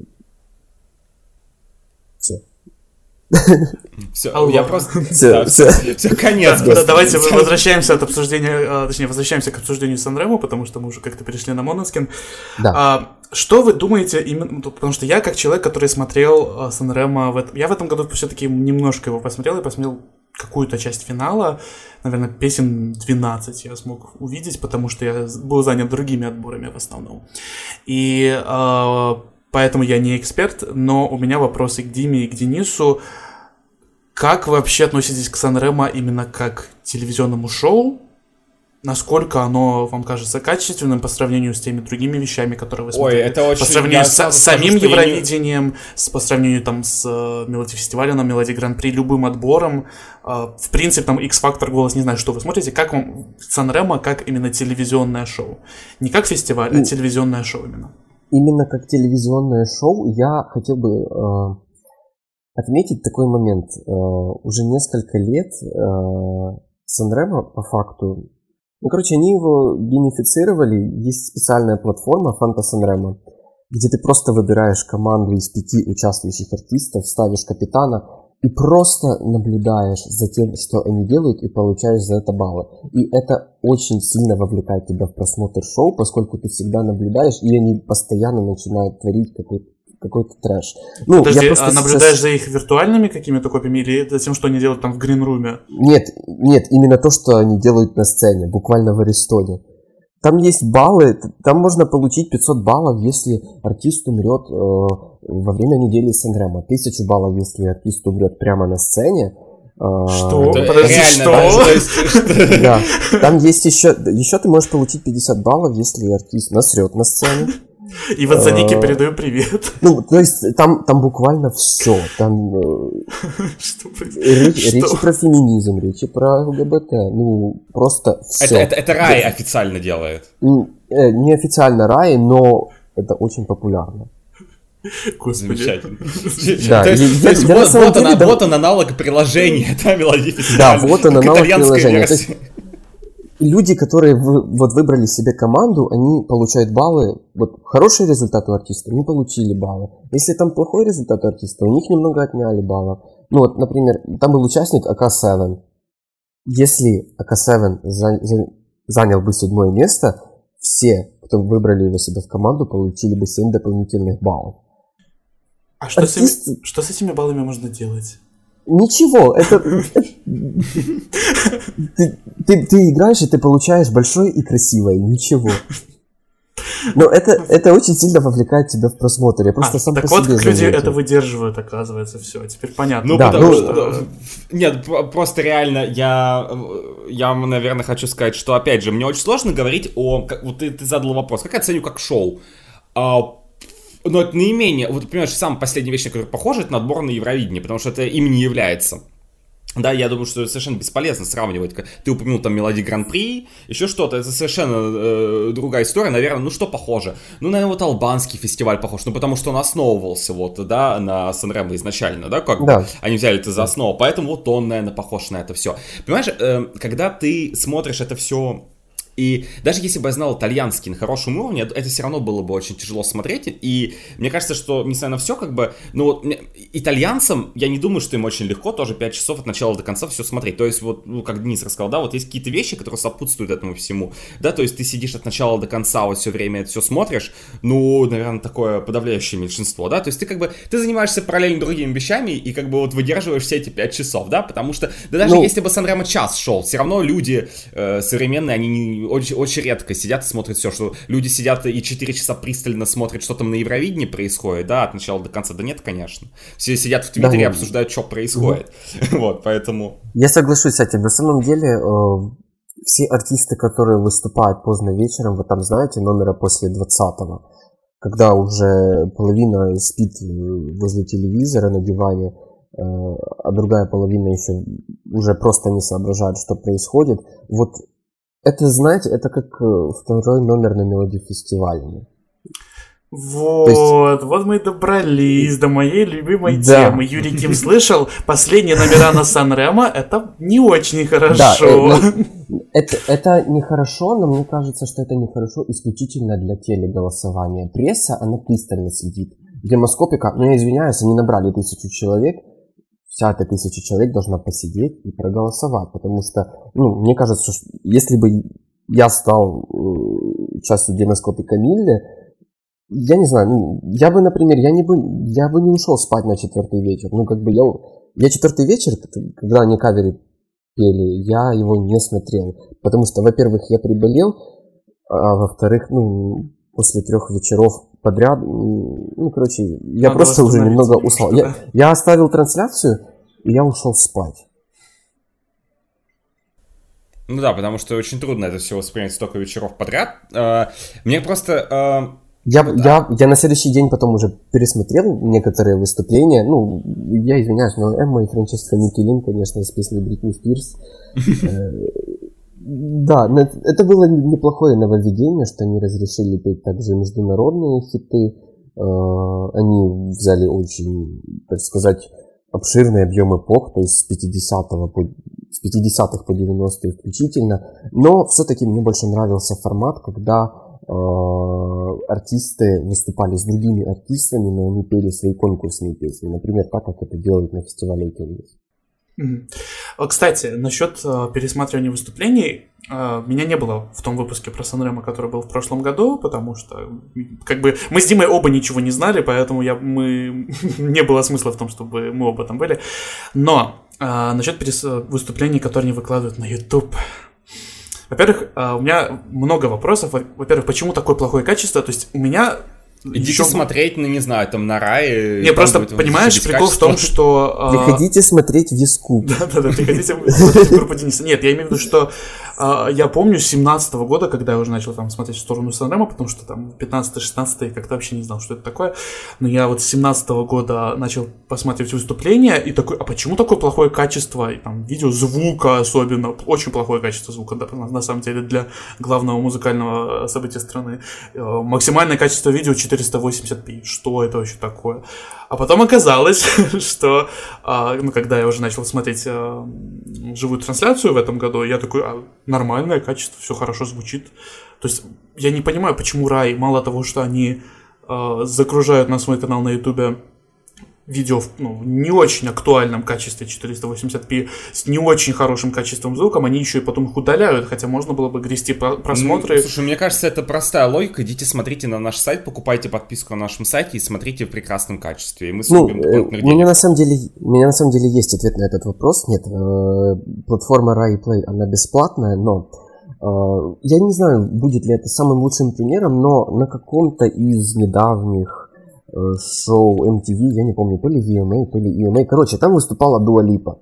Все. Все, я просто... Все, конец. Давайте возвращаемся от обсуждения, возвращаемся к обсуждению Сан-Ремо, потому что мы уже как-то перешли на Måneskin. Да. Что вы думаете именно... Потому что я, как человек, который смотрел Сан-Ремо... Я в этом году все-таки немножко его посмотрел. Я посмотрел какую-то часть финала. Наверное, песен 12 я смог увидеть, потому что я был занят другими отборами в основном. И... Поэтому я не эксперт, но у меня вопросы к Диме и к Денису. Как вы вообще относитесь к Сан-Ремо именно как к телевизионному шоу? Насколько оно вам кажется качественным по сравнению с теми другими вещами, которые вы смотрели? Это очень... По сравнению с самим Евровидением, по сравнению там с Мелоди-фестивалем, на Мелоди Гран-при, любым отбором. В принципе, там X-Factor, Голос, не знаю, что вы смотрите. Как вам Сан-Ремо как именно телевизионное шоу? Не как фестиваль, а телевизионное шоу именно. Именно как телевизионное шоу я хотел бы отметить такой момент. Уже несколько лет Сан-Ремо, по факту, они его бенефицировали. Есть специальная платформа Фанта Сан-Ремо, где ты просто выбираешь команду из 5 участвующих артистов, ставишь капитана и просто наблюдаешь за тем, что они делают, и получаешь за это баллы. И это очень сильно вовлекает тебя в просмотр шоу, поскольку ты всегда наблюдаешь, и они постоянно начинают творить какой-то трэш. Подожди, наблюдаешь за их виртуальными какими-то копиями или за тем, что они делают там в гринруме? Нет, именно то, что они делают на сцене, буквально в Аристоне. Там есть баллы, там можно получить 500 баллов, если артист умрет во время недели Сан-Ремо. 1000 баллов, если артист умрет прямо на сцене. Что? Подожди, что? Да, там есть еще ты можешь получить 50 баллов, если артист насрет на сцене. И вот за Ники передаю привет. Ну, то есть там буквально все. Там речи про феминизм, речи про ЛГБТ. Ну, просто все. Это Рай официально делает. Неофициально Рай, но это очень популярно. Господи. Замечательно. Да, То есть вот он аналог приложения, да, Мелодия Фестиваля. Да, вот он аналог приложения. То есть люди, которые вот выбрали себе команду, они получают баллы. Вот хороший результат у артиста, они получили баллы. Если там плохой результат у артиста, у них немного отняли баллов. Ну вот, например, там был участник АК-7. Если АК-7 занял бы 7-е место, все, кто выбрали его себе в команду, получили бы 7 дополнительных баллов. А что с этими баллами можно делать? Ничего, это... Ты играешь, и ты получаешь большое и красивое, ничего. Но это очень сильно вовлекает тебя в просмотр. Я просто сам так по вот, себе как люди заметил. это выдерживают, оказывается, все. Теперь понятно. Ну, да, потому что... Нет, просто реально, я, наверное, хочу сказать, что, опять же, мне очень сложно говорить о... Вот ты задал вопрос, как я оценю как шоу? Но это наименее... Вот, понимаешь, самая последняя вещь, на которую похожа, это отбор на Евровидение, потому что это им не является. Да, я думаю, что это совершенно бесполезно сравнивать. Ты упомянул там Мелодии Гран-при, еще что-то. Это совершенно другая история. Наверное, ну что похоже? Ну, наверное, вот албанский фестиваль похож. Ну, потому что он основывался вот, да, на Сан-Ремо изначально, да, как бы они взяли это за основу. Поэтому вот он, наверное, похож на это все. Понимаешь, когда ты смотришь это все... И даже если бы я знал итальянский на хорошем уровне, это все равно было бы очень тяжело смотреть. И мне кажется, что, несмотря на все, как бы, ну вот, итальянцам, я не думаю, что им очень легко тоже 5 часов от начала до конца все смотреть. То есть, вот, ну, как Денис рассказал, да, вот есть какие-то вещи, которые сопутствуют этому всему, да, то есть ты сидишь от начала до конца, вот все время это все смотришь, ну, наверное, такое подавляющее меньшинство, да, то есть ты как бы, ты занимаешься параллельно другими вещами и как бы вот выдерживаешь все эти 5 часов, да, потому что, да даже если бы Сан-Ремо час шел, все равно люди современные, они очень, очень редко сидят и смотрят все, что люди сидят и 4 часа пристально смотрят, что там на Евровидении происходит, да, от начала до конца, да нет, конечно. Все сидят в Твиттере и обсуждают, что происходит. Вот, поэтому... Я соглашусь с этим. На самом деле, все артисты, которые выступают поздно вечером, вы там знаете, номера после 20-го, когда уже половина спит возле телевизора на диване, а другая половина еще уже просто не соображает, что происходит. Вот это, знаете, это как второй номер на Мелодии Фестиваля. Вот мы и добрались до моей любимой темы. Юрий Ким слышал, последние номера на Сан-Ремо, это не очень хорошо. Да, это нехорошо, но мне кажется, что это нехорошо исключительно для телеголосования. Пресса, она пристально следит. Демоскопика, ну я извиняюсь, они набрали 1000 человек, вся эта 1000 человек должна посидеть и проголосовать, потому что, ну, мне кажется, что если бы я стал частью демоскопика Милле, я не знаю, ну, я бы, например, я бы не ушел спать на 4-й вечер, ну, как бы я 4-й вечер, когда они каверы пели, я его не смотрел, потому что, во-первых, я приболел, а во-вторых, ну, после 3 вечеров подряд, ну, короче, я просто уже немного устал. Я оставил трансляцию, и я ушел спать. Ну да, потому что очень трудно это все воспринять столько вечеров подряд. Мне просто... Я на следующий день потом уже пересмотрел некоторые выступления. Ну, я извиняюсь, но Эмма и Франческа Микелин, конечно, с песней Бритни Спирс. Да, это было неплохое нововведение, что они разрешили петь также международные хиты. Они взяли очень, так сказать, обширные объемы поп, то есть с 50-х по 90-е включительно. Но все-таки мне больше нравился формат, когда артисты выступали с другими артистами, но они пели свои конкурсные песни. Например, так, как это делают на фестивале «Итальянс». Кстати, насчет пересматривания выступлений, меня не было в том выпуске про Сан-Ремо, который был в прошлом году, потому что как бы мы с Димой оба ничего не знали, поэтому не было смысла в том, чтобы мы оба там были. Но насчет выступлений, которые они выкладывают на YouTube. Во-первых, у меня много вопросов. Во-первых, почему такое плохое качество? То есть у меня... Идите смотреть, ну не знаю, там на Рае. Не, просто, понимаешь, прикол в том, что... Приходите смотреть Вискуп. Да-да-да, приходите смотреть группу Дениса. Нет, я имею в виду, что Я помню с 17-го года, когда я уже начал там смотреть в сторону Санремо, потому что там 15-16 я как-то вообще не знал, что это такое. Но я вот с 17-го года начал посмотреть выступления и такой, а почему такое плохое качество? И там видео звука особенно, очень плохое качество звука, да, на самом деле, для главного музыкального события страны. Максимальное качество видео 480p. Что это вообще такое? А потом оказалось, что, когда я уже начал смотреть живую трансляцию в этом году, я такой, нормальное качество, все хорошо звучит. То есть я не понимаю, почему Рай, мало того, что они загружают на свой канал на Ютубе видео в не очень актуальном качестве 480p с не очень хорошим качеством звука, они еще и потом их удаляют, хотя можно было бы грести просмотры. Слушай, мне кажется, это простая логика. Идите, смотрите на наш сайт, покупайте подписку на нашем сайте и смотрите в прекрасном качестве. И мы срубим у меня на самом деле есть ответ на этот вопрос. Нет, платформа Rai Play, она бесплатная, но я не знаю, будет ли это самым лучшим примером, но на каком-то из недавних шоу MTV, я не помню, то ли VMA, то ли EMA, короче, там выступала Дуа Липа.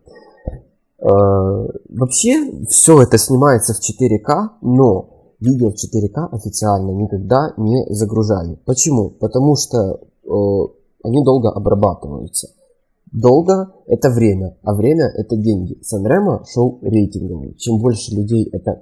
Вообще, все это снимается в 4К, но видео в 4К официально никогда не загружали. Почему? Потому что они долго обрабатываются. Долго – это время, а время – это деньги. Санремо шоу рейтинговый. Чем больше людей, это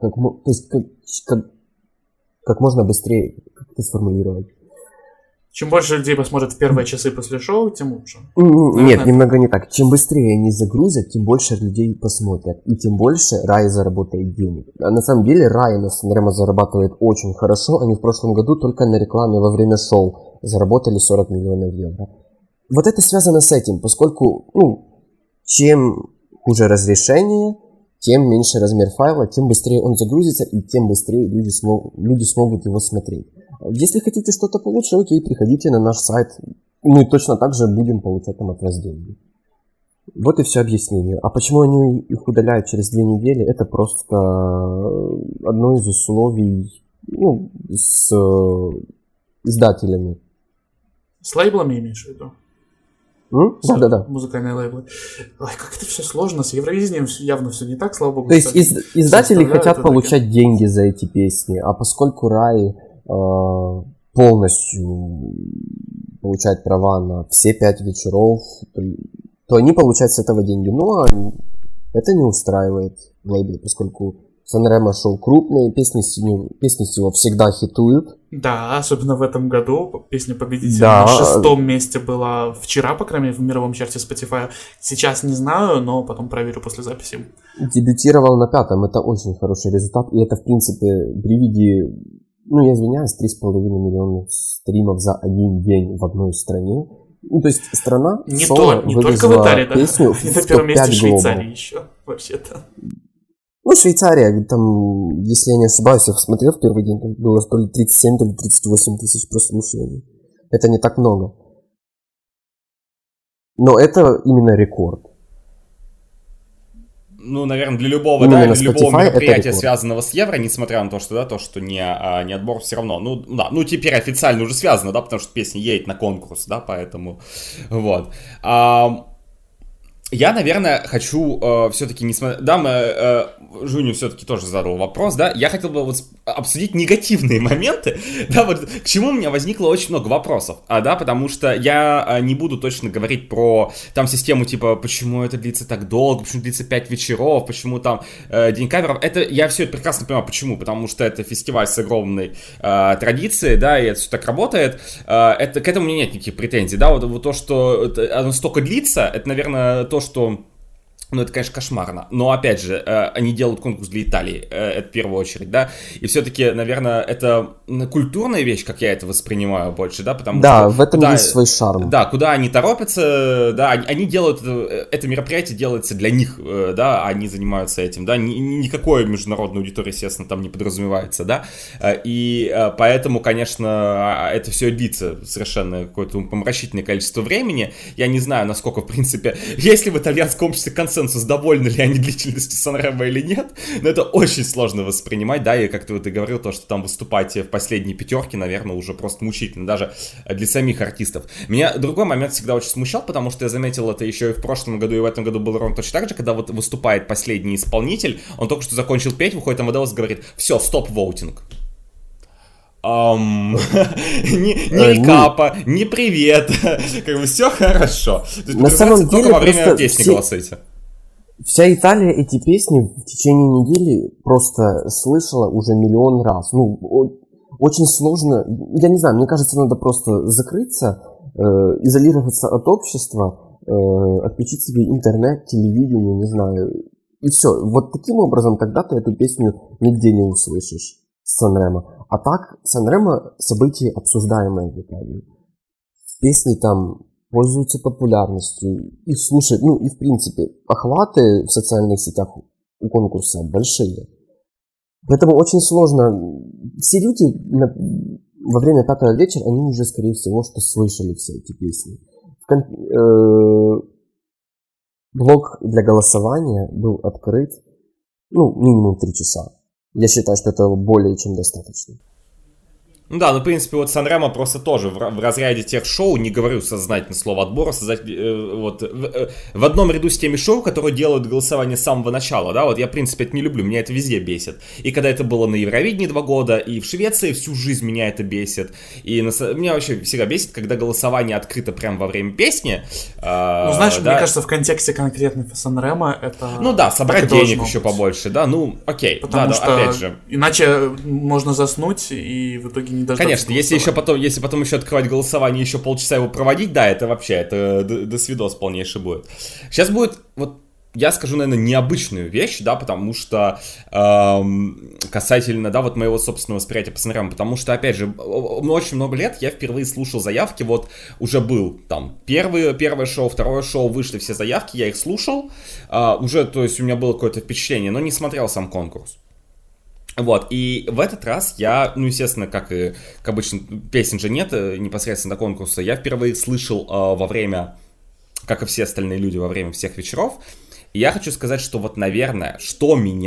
как можно быстрее, как это сформулировать? Чем больше людей посмотрят в первые часы после шоу, тем лучше. Нет, немного не так. Чем быстрее они загрузят, тем больше людей посмотрят. И тем больше Рай заработает денег. А на самом деле Рай на Санремо зарабатывает очень хорошо. Они в прошлом году только на рекламе во время шоу заработали 40 миллионов евро. Вот это связано с этим, поскольку, чем хуже разрешение, тем меньше размер файла, тем быстрее он загрузится, и тем быстрее люди смогут его смотреть. Если хотите что-то получше, окей, приходите на наш сайт. Мы точно так же будем получать там от вас деньги. Вот и все объяснение. А почему они их удаляют через 2 недели, это просто одно из условий с издателями. С лейблами имеешь в виду? Да. Музыкальные лейблы. Ой, как это все сложно. С Евровидением явно все не так, слава богу. То есть издатели хотят получать деньги за эти песни, а поскольку Рай полностью получает права на все 5 вечеров, то они получают с этого деньги. Но это не устраивает лейбл, поскольку Санремо шоу крупные, песни с него всегда хитуют. Да, особенно в этом году. Песня победителя на 6-м месте была вчера, по крайней мере, в мировом чарте Spotify. Сейчас не знаю, но потом проверю после записи. Дебютировал на 5-м, это очень хороший результат. И это, в принципе, при виде, я извиняюсь, 3,5 миллиона стримов за один день в одной стране. То есть страна не только в Италии, да? Песню И на первом месте Швейцарии еще, вообще-то. Швейцария, там, если я не ошибаюсь, я посмотрел в первый день, там было то ли 37, то ли 38 тысяч прослушиваний. Это не так много. Но это именно рекорд. Наверное, для любого мероприятия, связанного с Евро, несмотря на то, что не отбор, все равно. Теперь официально уже связано, да, потому что песня едет на конкурс, да, поэтому, вот. Я, наверное, хочу все-таки, Жуню все-таки тоже задал вопрос, да, я хотел бы обсудить негативные моменты, да, вот к чему у меня возникло очень много вопросов, да, потому что я не буду точно говорить про там систему типа, почему это длится так долго, почему длится 5 вечеров, почему там День каверов, я все это прекрасно понимаю, почему, потому что это фестиваль с огромной традицией, да, и это все так работает, к этому у меня нет никаких претензий, да, вот то, что оно столько длится, это, наверное, то, что это, конечно, кошмарно, но, опять же, они делают конкурс для Италии, это в первую очередь, да, и все-таки, наверное, это культурная вещь, как я это воспринимаю больше, да, потому что... Да, в этом есть свой шарм. Да, куда они торопятся, да, они делают, это мероприятие делается для них, да, они занимаются этим, да, никакой международной аудитории, естественно, там не подразумевается, да, и поэтому, конечно, это все длится совершенно какое-то помрачительное количество времени, я не знаю, насколько, в принципе, есть ли в итальянском обществе концепт консенсус, довольны ли они длительностью Санремо или нет, но это очень сложно воспринимать, да, и как ты говорил, то, что там выступать в последней пятерке, наверное, уже просто мучительно, даже для самих артистов. Меня другой момент всегда очень смущал, потому что я заметил это еще и в прошлом году, и в этом году было ровно точно так же, когда вот выступает последний исполнитель, он только что закончил петь, выходит Амадеус и говорит: все, стоп воутинг. Ни капа, ни привет, как бы все хорошо. На самом деле, во время песни голосуйте. Вся Италия эти песни в течение недели просто слышала уже миллион раз. Ну, очень сложно, я не знаю, мне кажется, надо просто закрыться, изолироваться от общества, отключить себе интернет, телевидение, не знаю, и все. Вот таким образом тогда ты эту песню нигде не услышишь с Санремо. А так, Санремо — событие обсуждаемое в Италии. Песни там пользуются популярностью, их слушают, ну и в принципе охваты в социальных сетях у конкурса большие. Поэтому очень сложно. Все люди во время пятого вечера, они уже, скорее всего, что слышали все эти песни. Блок для голосования был открыт, минимум 3 часа. Я считаю, что это более чем достаточно. Ну да, в принципе, вот Санремо просто тоже в разряде тех шоу, не говорю сознательно слово отбора, в одном ряду с теми шоу, которые делают голосование с самого начала, да, вот я, в принципе, это не люблю, меня это везде бесит. И когда это было на Евровидении 2 года, и в Швеции всю жизнь меня это бесит, и меня вообще всегда бесит, когда голосование открыто прямо во время песни. Знаешь, да? Мне кажется, в контексте конкретно Санремо это... Ну да, собрать денег еще побольше, да, окей. Потому что опять же. Иначе можно заснуть и в итоге не дождаться. Конечно, если потом еще открывать голосование, еще полчаса его проводить, да, это вообще, до свидос полнейший будет. Сейчас будет, вот, я скажу, наверное, необычную вещь, да, потому что касательно, да, вот моего собственного восприятия по Санремо, потому что, опять же, очень много лет я впервые слушал заявки, вот, уже был там первое шоу, второе шоу, вышли все заявки, я их слушал, уже, то есть у меня было какое-то впечатление, но не смотрел сам конкурс. Вот, и в этот раз я, естественно, как обычно, песен же нет непосредственно до конкурса, я впервые слышал во время, как и все остальные люди, во время всех вечеров. И я хочу сказать, что вот, наверное, что мне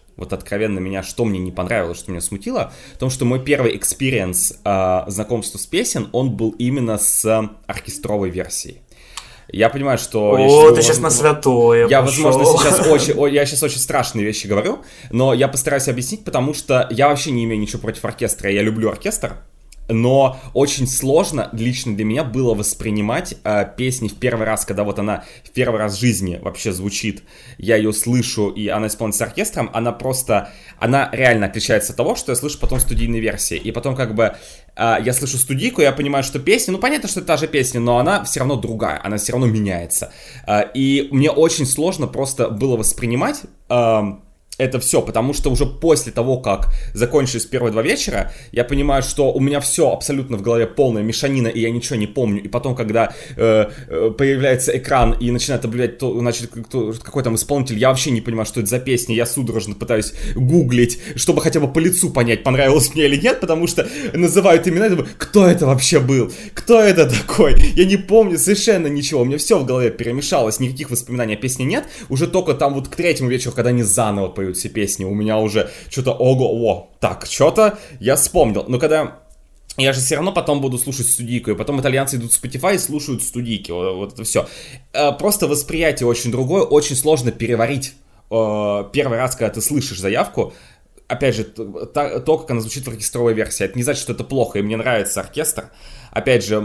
не понравилось, что меня смутило, в том, что мой первый экспириенс знакомства с песен, он был именно с оркестровой версией. Я понимаю, что... ты сейчас на святое я, пошел. Возможно, сейчас очень страшные вещи говорю, но я постараюсь объяснить, потому что я вообще не имею ничего против оркестра, я люблю оркестр, но очень сложно лично для меня было воспринимать песни в первый раз, когда вот она в первый раз в жизни вообще звучит, я ее слышу, и она исполнится оркестром, она реально отличается от того, что я слышу потом в студийной версии, и потом как бы я слышу студийку, я понимаю, что песня, понятно, что это та же песня, но она все равно другая, она все равно меняется, и мне очень сложно просто было воспринимать это все, потому что уже после того, как закончились первые 2 вечера, я понимаю, что у меня все абсолютно в голове полная мешанина, и я ничего не помню. И потом, когда появляется экран и начинает объявлять, какой там исполнитель, я вообще не понимаю, что это за песня. Я судорожно пытаюсь гуглить, чтобы хотя бы по лицу понять, понравилось мне или нет, потому что называют имена, и думаю, кто это вообще был? Кто это такой? Я не помню совершенно ничего. У меня все в голове перемешалось, никаких воспоминаний о песне нет. Уже только там вот к 3-му вечеру, когда они заново поют все песни, у меня уже что-то, что-то я вспомнил. Но когда... Я же все равно потом буду слушать студийку, и потом итальянцы идут в Spotify и слушают студийки, вот это все. Просто восприятие очень другое, очень сложно переварить первый раз, когда ты слышишь заявку. Опять же, то, как она звучит в оркестровой версии, это не значит, что это плохо, и мне нравится оркестр. Опять же,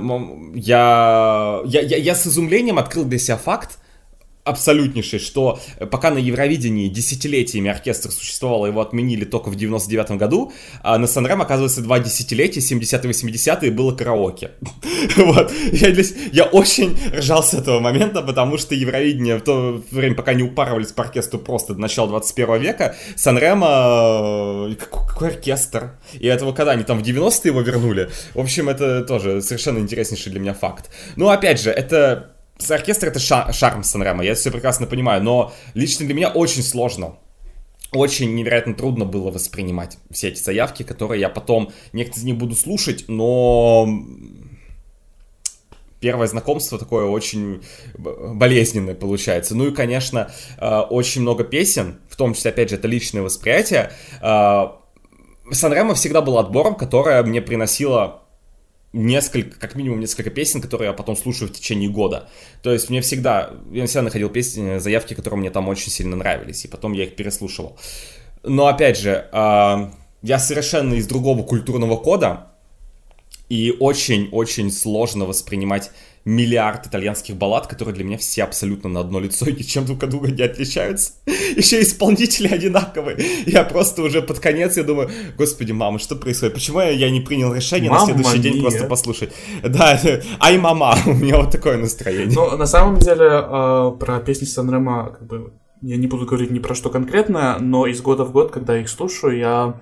я с изумлением открыл для себя факт, абсолютнейший, что пока на Евровидении десятилетиями оркестр существовал, его отменили только в 99-м году, а на Санремо, оказывается, 2 десятилетия, 70-е, 80-е, было караоке. Вот. Я очень ржал с этого момента, потому что Евровидение в то время, пока не упарывались по оркестру просто до начала 21 века, Санремо... Какой оркестр? И этого когда они там в 90-е его вернули? В общем, это тоже совершенно интереснейший для меня факт. Ну, опять же, это... Оркестр — это шарм Санремо, я это все прекрасно понимаю, но лично для меня очень сложно, очень невероятно трудно было воспринимать все эти заявки, которые я потом, некоторые из них буду слушать, но первое знакомство такое очень болезненное получается. Ну и, конечно, очень много песен, в том числе, опять же, это личное восприятие. Сан-Ремо всегда был отбором, которое мне приносило как минимум несколько песен, которые я потом слушаю в течение года. То есть я всегда находил песни, заявки, которые мне там очень сильно нравились, и потом я их переслушивал. Но опять же, я совершенно из другого культурного кода, и очень-очень сложно воспринимать миллиард итальянских баллад, которые для меня все абсолютно на одно лицо и ничем друг от друга не отличаются. Еще исполнители одинаковые. Я просто уже под конец, я думаю, господи, мама, что происходит? Почему я не принял решение на следующий день просто послушать? Да, ай, мама, у меня вот такое настроение. Ну, на самом деле, про песни Сан-Ремо, как бы, я не буду говорить ни про что конкретно, но из года в год, когда я их слушаю, я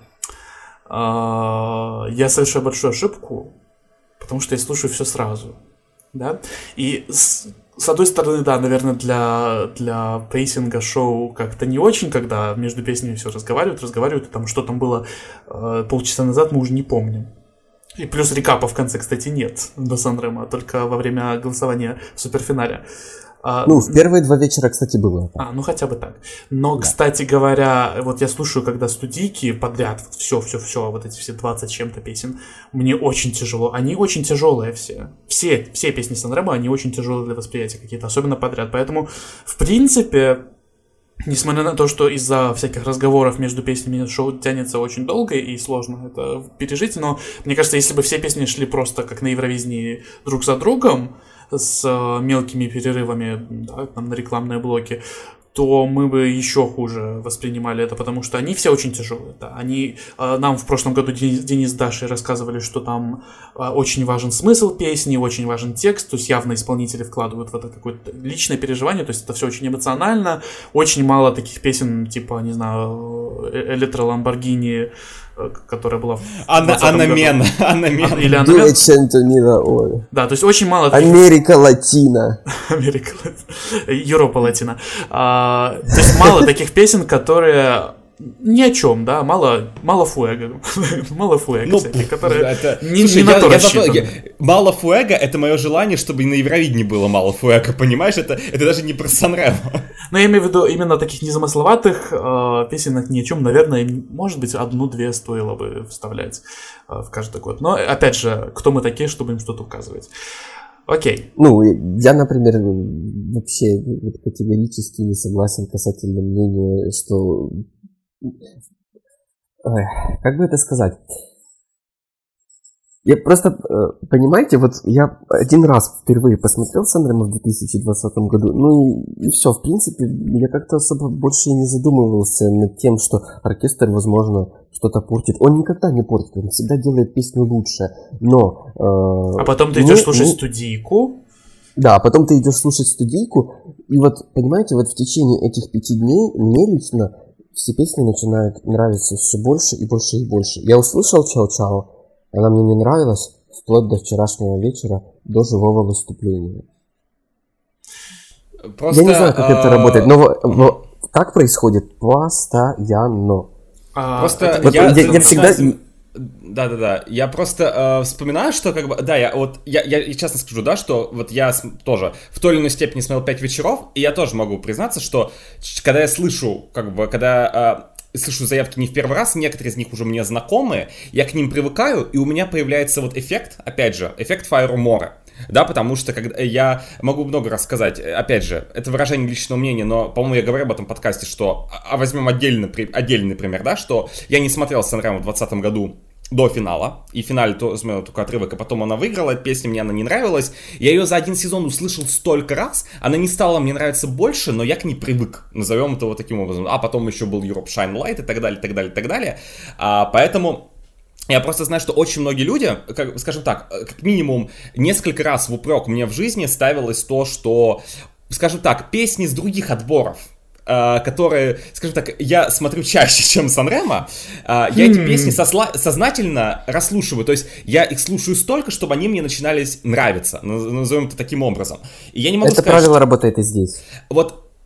совершаю большую ошибку, потому что я слушаю все сразу. Да? И с одной стороны, да, наверное, для пейсинга шоу как-то не очень, когда между песнями все разговаривают, и там что там было полчаса назад, мы уже не помним. И плюс рекапа в конце, кстати, нет до Сан-Ремо, только во время голосования в суперфинале. В первые 2 вечера, кстати, было. Ну хотя бы так. Но, да. Кстати говоря, вот я слушаю, когда студийки подряд, все, вот эти все 20 чем-то песен, мне очень тяжело. Они очень тяжелые все. Все песни Сан-Ремо, они очень тяжелые для восприятия какие-то, особенно подряд. Поэтому, в принципе, несмотря на то, что из-за всяких разговоров между песнями шоу тянется очень долго и сложно это пережить, но мне кажется, если бы все песни шли просто как на Евровидении друг за другом, с мелкими перерывами, да, там, на рекламные блоки, то мы бы еще хуже воспринимали это, потому что они все очень тяжелые. Да. Нам в прошлом году Денис с Дашей рассказывали, что там очень важен смысл песни, очень важен текст, то есть явно исполнители вкладывают в это какое-то личное переживание, то есть это все очень эмоционально, очень мало таких песен, типа, не знаю, Электро Ламборгини, которая была в 2020 году. Или Анна. Да, то есть очень мало... Америка Латина. Европа Латина. То есть мало таких песен, которые... Ни о чем, да, мало фуэго. Мало фуэго всяких, которые не на то рассчитаны. Мало фуэго — это мое желание, чтобы на Евровидении было мало фуэго, понимаешь? Это даже не про Сан-Ремо. Но я имею в виду именно таких незамысловатых песен ни о чем, наверное, может быть, 1-2 стоило бы вставлять в каждый год. Но, опять же, кто мы такие, чтобы им что-то указывать? Окей. Я, например, вообще категорически не согласен касательно мнения, что... Как бы это сказать? Я просто, понимаете, вот я один раз впервые посмотрел Сан-Ремо в 2020 году, и все, в принципе, я как-то особо больше не задумывался над тем, что оркестр, возможно, что-то портит. Он никогда не портит, он всегда делает песню лучше, но... А потом ты идешь слушать студийку? Да, потом ты идешь слушать студийку, и вот, понимаете, вот в течение этих 5 дней мне лично все песни начинают нравиться все больше и больше и больше. Я услышал «Чао-чао», она мне не нравилась вплоть до вчерашнего вечера, до живого выступления. Просто, я не знаю, как это работает, но так происходит постоянно. Просто вот я всегда... Да. Я просто вспоминаю, что как бы... Да, я честно скажу, да, что вот я тоже в той или иной степени смотрел 5 вечеров, и я тоже могу признаться, что когда я слышу, слышу заявки не в первый раз, некоторые из них уже мне знакомые, я к ним привыкаю, и у меня появляется вот эффект, опять же, эффект Fire More. Да, потому что когда я могу много рассказать, опять же, это выражение личного мнения, но, по-моему, я говорю об этом подкасте, что, возьмем отдельный пример, да, что я не смотрел Сан-Ремо в 2020 году до финала, и в финале смотрел только отрывок, а потом она выиграла, песня мне она не нравилась, я ее за один сезон услышал столько раз, она не стала мне нравиться больше, но я к ней привык, назовем это вот таким образом, а потом еще был Europe Shine Light и так далее, поэтому... Я просто знаю, что очень многие люди, скажем так, как минимум несколько раз в упрек мне в жизни ставилось то, что, скажем так, песни с других отборов, которые, скажем так, я смотрю чаще, чем Сан-Ремо, я эти песни сознательно расслушиваю, то есть я их слушаю столько, чтобы они мне начинали нравиться, назовем это таким образом. И я не могу это сказать, правило работает и здесь. Вот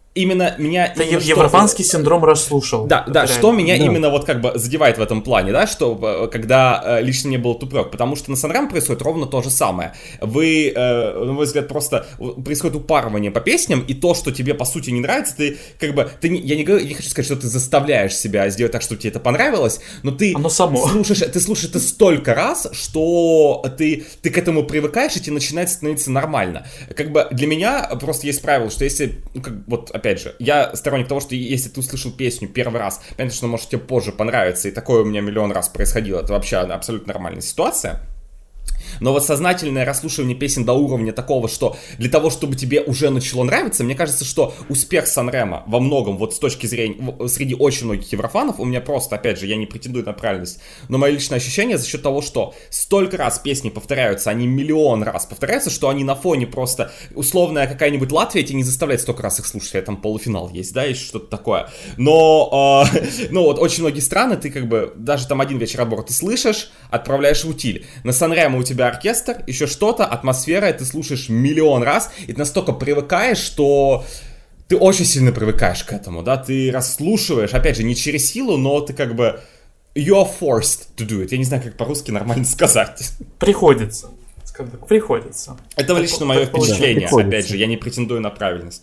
именно меня... Это европанский синдром расслушал. Да, что меня именно вот как бы задевает в этом плане, да, что когда лично мне был упрек, потому что на Санремо происходит ровно то же самое. Вы, на мой взгляд, просто происходит упарывание по песням, и то, что тебе по сути не нравится, ты как бы, я не хочу сказать, что ты заставляешь себя сделать так, чтобы тебе это понравилось, но ты слушаешь это столько раз, что ты к этому привыкаешь, и тебе начинает становиться нормально. Как бы для меня просто есть правило, что если, вот опять же, я сторонник того, что если ты услышал песню первый раз, понятно, что может тебе позже понравится, и такое у меня миллион раз происходило, это вообще абсолютно нормальная ситуация. Но вот сознательное расслушивание песен до уровня такого, что для того, чтобы тебе уже начало нравиться, мне кажется, что успех Санремо во многом, вот с точки зрения, среди очень многих еврофанов, у меня просто, опять же, я не претендую на правильность, но мое личное ощущение за счет того, что столько раз песни повторяются, они миллион раз повторяются, что они на фоне просто, условная какая-нибудь Латвия тебе не заставляет столько раз их слушать, а там полуфинал есть, да, и что-то такое. Но, вот очень многие страны, ты как бы, даже там один вечер отбора ты слышишь, отправляешь в утиль. На Санремо у тебя оркестр, еще что-то, атмосфера, ты слушаешь миллион раз, и ты настолько привыкаешь, что ты очень сильно привыкаешь к этому, да, ты расслушиваешь, опять же, не через силу, но ты как бы you're forced to do it. Я не знаю, как по-русски нормально сказать. Приходится, скажем так, приходится. Это лично мое впечатление, опять же, я не претендую на правильность.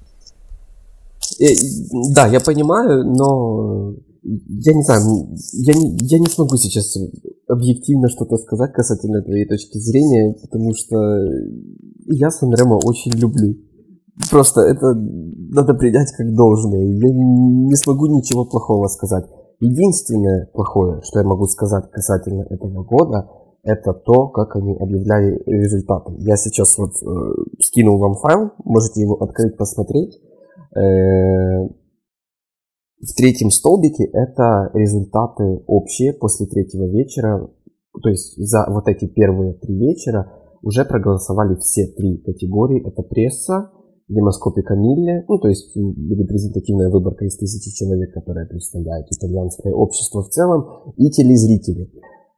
Да, я понимаю, но я не знаю, я не смогу сейчас объективно что-то сказать касательно твоей точки зрения, потому что я Санремо очень люблю. Просто это надо принять как должное. Я не смогу ничего плохого сказать. Единственное плохое, что я могу сказать касательно этого года, это то, как они объявляли результаты. Я сейчас вот скинул вам файл, можете его открыть, посмотреть. В третьем столбике это результаты общие после третьего вечера. То есть за вот эти первые 3 вечера уже проголосовали все 3 категории. Это пресса, демоскопика Милле, то есть репрезентативная выборка из 1000 человек, которая представляет итальянское общество в целом, и телезрители.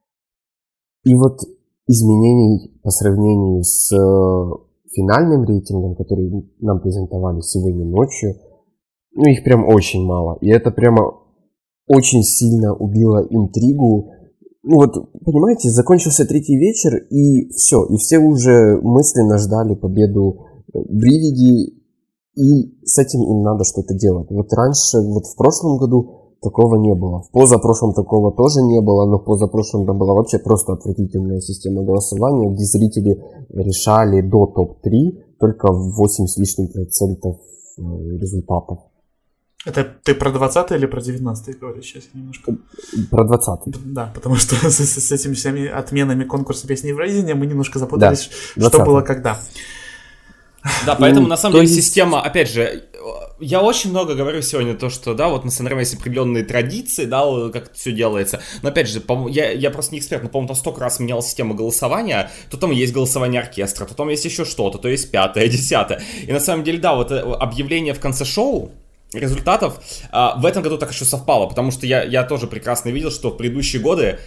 И вот изменений по сравнению с финальным рейтингом, который нам презентовали сегодня ночью, их прям очень мало. И это прямо очень сильно убило интригу. Вот, понимаете, закончился 3-й вечер, и все. И все уже мысленно ждали победу Бривиди, и с этим им надо что-то делать. Вот раньше, вот в прошлом году такого не было. В позапрошлом такого тоже не было, но в позапрошлом там была вообще просто отвратительная система голосования, где зрители решали до топ-3 только в 8 с лишним процентов результатов. Это ты про 20 или про 19 говоришь сейчас немножко? Про 20. Да, потому что с этими всеми отменами конкурса песни Евровидения мы немножко запутались, да, что было когда. Да, поэтому на самом деле система, опять же, я очень много говорю сегодня то, что, да, вот на Санремо есть определенные традиции, да, как это все делается, но опять же, я просто не эксперт, но, по-моему, там столько раз менялась система голосования, то там есть голосование оркестра, то там есть еще что-то, то есть 5-е, 10-е, и на самом деле, да, вот объявление в конце шоу результатов в этом году так еще совпало, потому что я тоже прекрасно видел, что в предыдущие годы,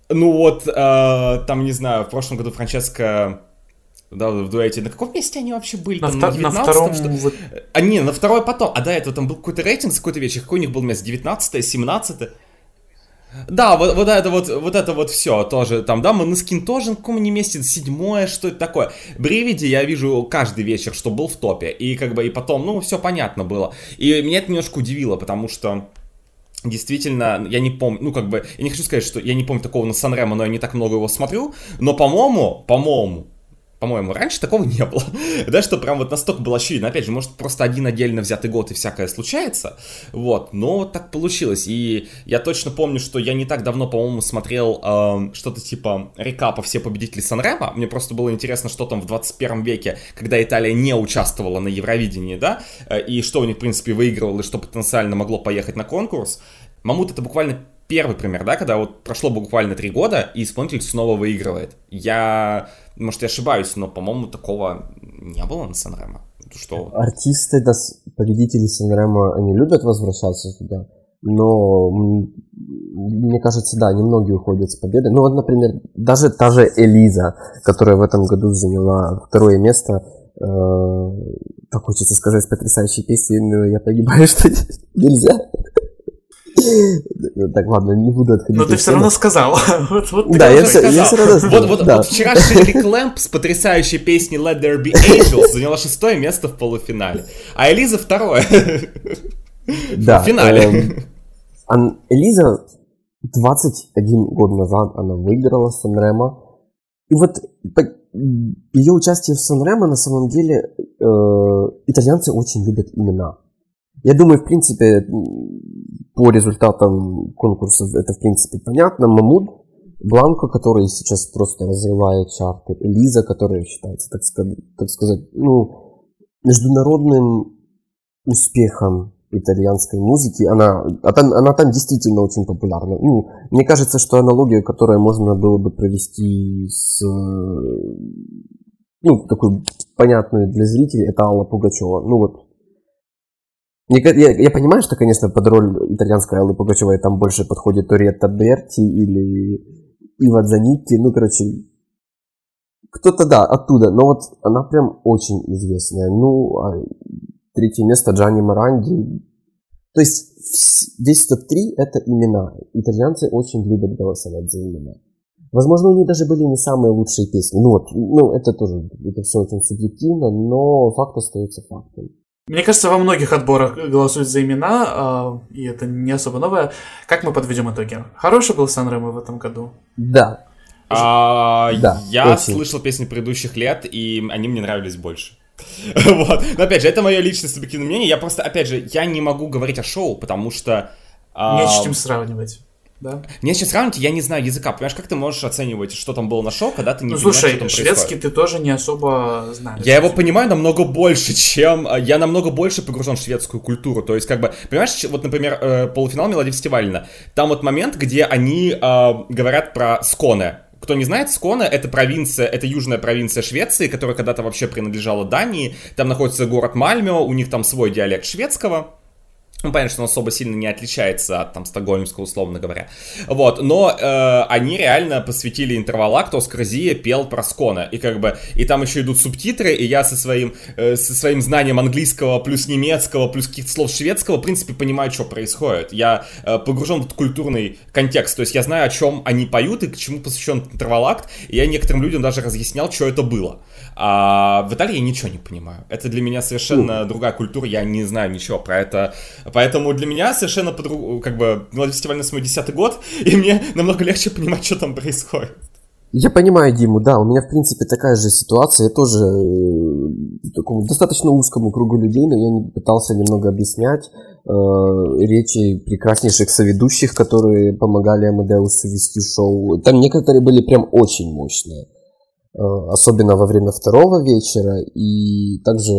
там, не знаю, в прошлом году Франческа... Да, в дуэте. На каком месте они вообще были? На втором... Что... на второе потом. А до этого там был какой-то рейтинг с какой-то вечер. Какой у них был место? 19-е, 17-е? Да, вот это вот все тоже. Там, да, Måneskin тоже на каком-нибудь месте. 7-е, что это такое? Бривиди я вижу каждый вечер, что был в топе. И как бы и потом, все понятно было. И меня это немножко удивило, потому что действительно, я не помню, я не хочу сказать, что я не помню такого на Санремо, но я не так много его смотрю. Но, по-моему, раньше такого не было. Да, что прям вот настолько было очевидно. Опять же, может, просто один отдельно взятый год и всякое случается. Вот, но вот так получилось. И я точно помню, что я не так давно, по-моему, смотрел что-то типа рекапа «Все победители Санремо». Мне просто было интересно, что там в 21 веке, когда Италия не участвовала на Евровидении, да, и что у них, в принципе, выигрывало, и что потенциально могло поехать на конкурс. Мамут — это буквально первый пример, да, когда вот прошло буквально 3 года, и исполнитель снова выигрывает. Может, я ошибаюсь, но, по-моему, такого не было на Санремо. Что? Артисты, победители Санремо, они любят возвращаться туда, но, мне кажется, да, немногие уходят с победы. Ну, вот, например, даже та же Элиза, которая в этом году заняла 2-е место, Так хочется сказать с потрясающей песней, но я понимаю, что нельзя. Так, ладно, не буду отходить. Но ты все равно сказал. Да, я все равно сказал. Вот вчерашний Рик Лэмп с потрясающей песней Let There Be Angels заняла 6-е место в полуфинале, а Элиза 2-е. Да. В финале. Элиза 21 год назад она выиграла Сан-Ремо. И вот ее участие в Сан-Ремо на самом деле итальянцы очень любят имена. Я думаю, в принципе, по результатам конкурсов это, в принципе, понятно. Мамуд Бланко, который сейчас просто разрывает чарты. Элиза, которая считается, так сказать, международным успехом итальянской музыки. Она там действительно очень популярна. Мне кажется, что аналогию, которую можно было бы провести с такую понятную для зрителей, это Алла Пугачева. Я понимаю, что, конечно, под роль итальянской Аллы Пугачевой там больше подходит Оретта Берти или Ива Занитти, кто-то, да, оттуда, но вот она прям очень известная. Третье место Джанни Моранди. То есть весь топ-3 это имена. Итальянцы очень любят голосовать за имена. Возможно, у них даже были не самые лучшие песни. Это тоже, это все очень субъективно, но факт остается фактом. Мне кажется, во многих отборах голосуют за имена, и это не особо новое. Как мы подведем итоги? Хороший был Сан-Ремо в этом году? Да. Я слышал песни предыдущих лет, и они мне нравились больше. Вот. Но опять же, это мое личное субъективное мнение. Я просто, опять же, я не могу говорить о шоу, потому что... Не с чем сравнивать. Да? Не с чем сравнивать, я не знаю языка. Понимаешь, как ты можешь оценивать, что там было на шоу, когда ты не понимаешь, слушай, что там шведский происходит? ты тоже не особо знаешь. Я его понимаю намного больше, чем... Я намного больше погружен в шведскую культуру. То есть, понимаешь, вот, например, полуфинал Мелоди Фестивальна. Там вот момент, где они говорят про Сконе. Кто не знает, Сконе — это провинция, это южная провинция Швеции, которая когда-то вообще принадлежала Дании. Там находится город Мальмё, у них там свой диалект шведского. Понятно, что он особо сильно не отличается от там стокгольмского, условно говоря. Вот, но они реально посвятили интервал-акт, Оскар Зия пел про Сконе. И там еще идут субтитры, и я со своим знанием английского, плюс немецкого, плюс каких-то слов шведского, в принципе, понимаю, что происходит. Я погружен в этот культурный контекст, то есть я знаю, о чем они поют и к чему посвящен интервал-акт, и я некоторым людям даже разъяснял, что это было. А в Италии я ничего не понимаю. Это для меня совершенно другая культура, я не знаю ничего про это. Поэтому для меня совершенно Мелоди Фестивальна с мой 10-й год, и мне намного легче понимать, что там происходит. Я понимаю Диму, да, у меня в принципе такая же ситуация, я тоже такому достаточно узкому кругу людей, но я пытался немного объяснять речи прекраснейших соведущих, которые помогали Амадеусу вести шоу. Там некоторые были прям очень мощные, особенно во время второго вечера, и также...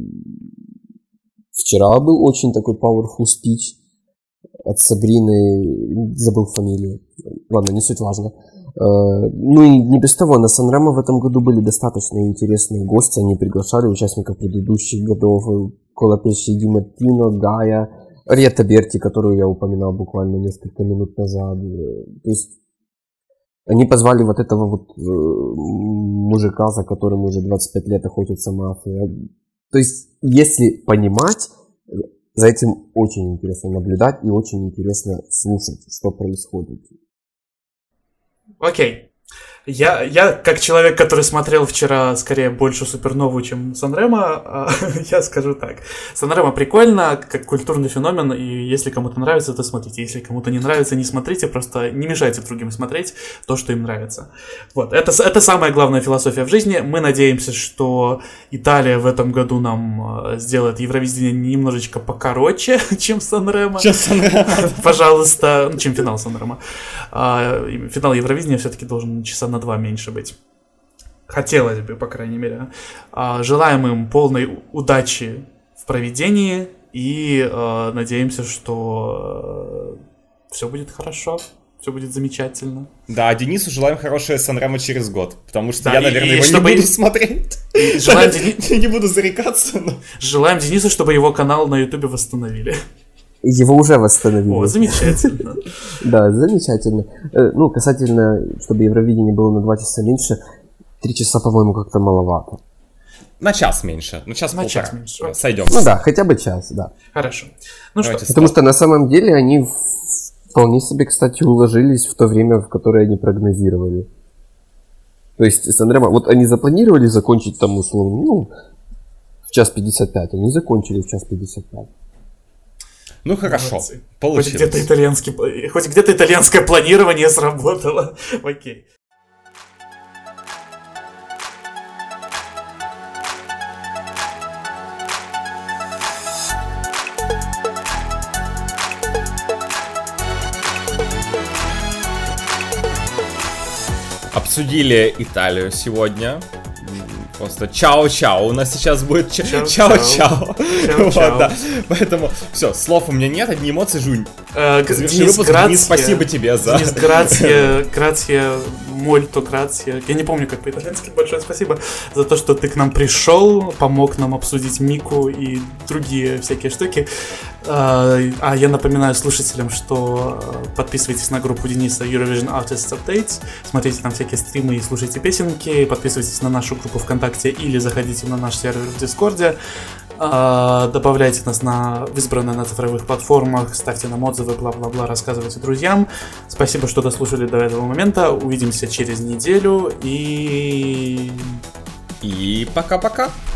Вчера был очень такой powerful speech от Сабрины, забыл фамилию, ладно, не суть важно. И не без того, на Сан-Ремо в этом году были достаточно интересные гости, они приглашали участников предыдущих годов, Колапеши Ди Мартино, Гая, Оретта Берти, которую я упоминал буквально несколько минут назад. То есть они позвали вот этого вот мужика, за которым уже 25 лет охотится мафия. То есть, если понимать, за этим очень интересно наблюдать и очень интересно слушать, что происходит. Окей. Я как человек, который смотрел вчера скорее больше Супернову, чем Сан-Ремо, я скажу так. Сан-Ремо прикольно, как культурный феномен, и если кому-то нравится, то смотрите. Если кому-то не нравится, не смотрите, просто не мешайте другим смотреть то, что им нравится. Вот, это самая главная философия в жизни. Мы надеемся, что Италия в этом году нам сделает Евровидение немножечко покороче, чем Сан-Ремо. Пожалуйста, чем финал Сан-Ремо. Финал Евровидения все-таки должен часа на 2 меньше быть. Хотелось бы, по крайней мере. Желаем им полной удачи в проведении и надеемся, что все будет хорошо, все будет замечательно. Да, Денису желаем хорошее Сан-Ремо через год, потому что я, наверное, его не буду смотреть. Не буду зарекаться. Желаем Денису, чтобы его канал на Ютубе восстановили. Его уже восстановили. О, замечательно. Да, замечательно. Касательно, чтобы Евровидение было на 2 часа меньше, 3 часа, по-моему, как-то маловато. На час меньше, на На час полтора. меньше, Да, окей. сойдем. Ну да, хотя бы час, да. Хорошо. Ну Давайте что, Потому что на самом деле они вполне себе, кстати, уложились в то время, в которое они прогнозировали. То есть Сан-Ремо, вот они запланировали закончить там условно, в час 55, они закончили в час 55. Ну хорошо, молодцы. получилось. Хоть где-то итальянское планирование сработало. Окей. Обсудили Италию сегодня. Просто чао-чао. У нас сейчас будет Чао-чао. чао-чао. Чао-чао. Вот, да. Поэтому все, слов у меня нет, одни эмоции, Жунь. Заверши Денис, выпуск. Денис, спасибо тебе за... Денис, грация, мольто, грация. Я не помню, как по-итальянски. Большое спасибо за то, что ты к нам пришел, помог нам обсудить Мику и другие всякие штуки. А я напоминаю слушателям, что подписывайтесь на группу Дениса Eurovision Artists Updates, смотрите там всякие стримы и слушайте песенки, подписывайтесь на нашу группу ВКонтакте или заходите на наш сервер в Дискорде. Добавляйте нас в избранные на цифровых платформах, ставьте нам отзывы, бла-бла-бла, рассказывайте друзьям. Спасибо, что дослушали до этого момента. Увидимся через неделю и И пока-пока.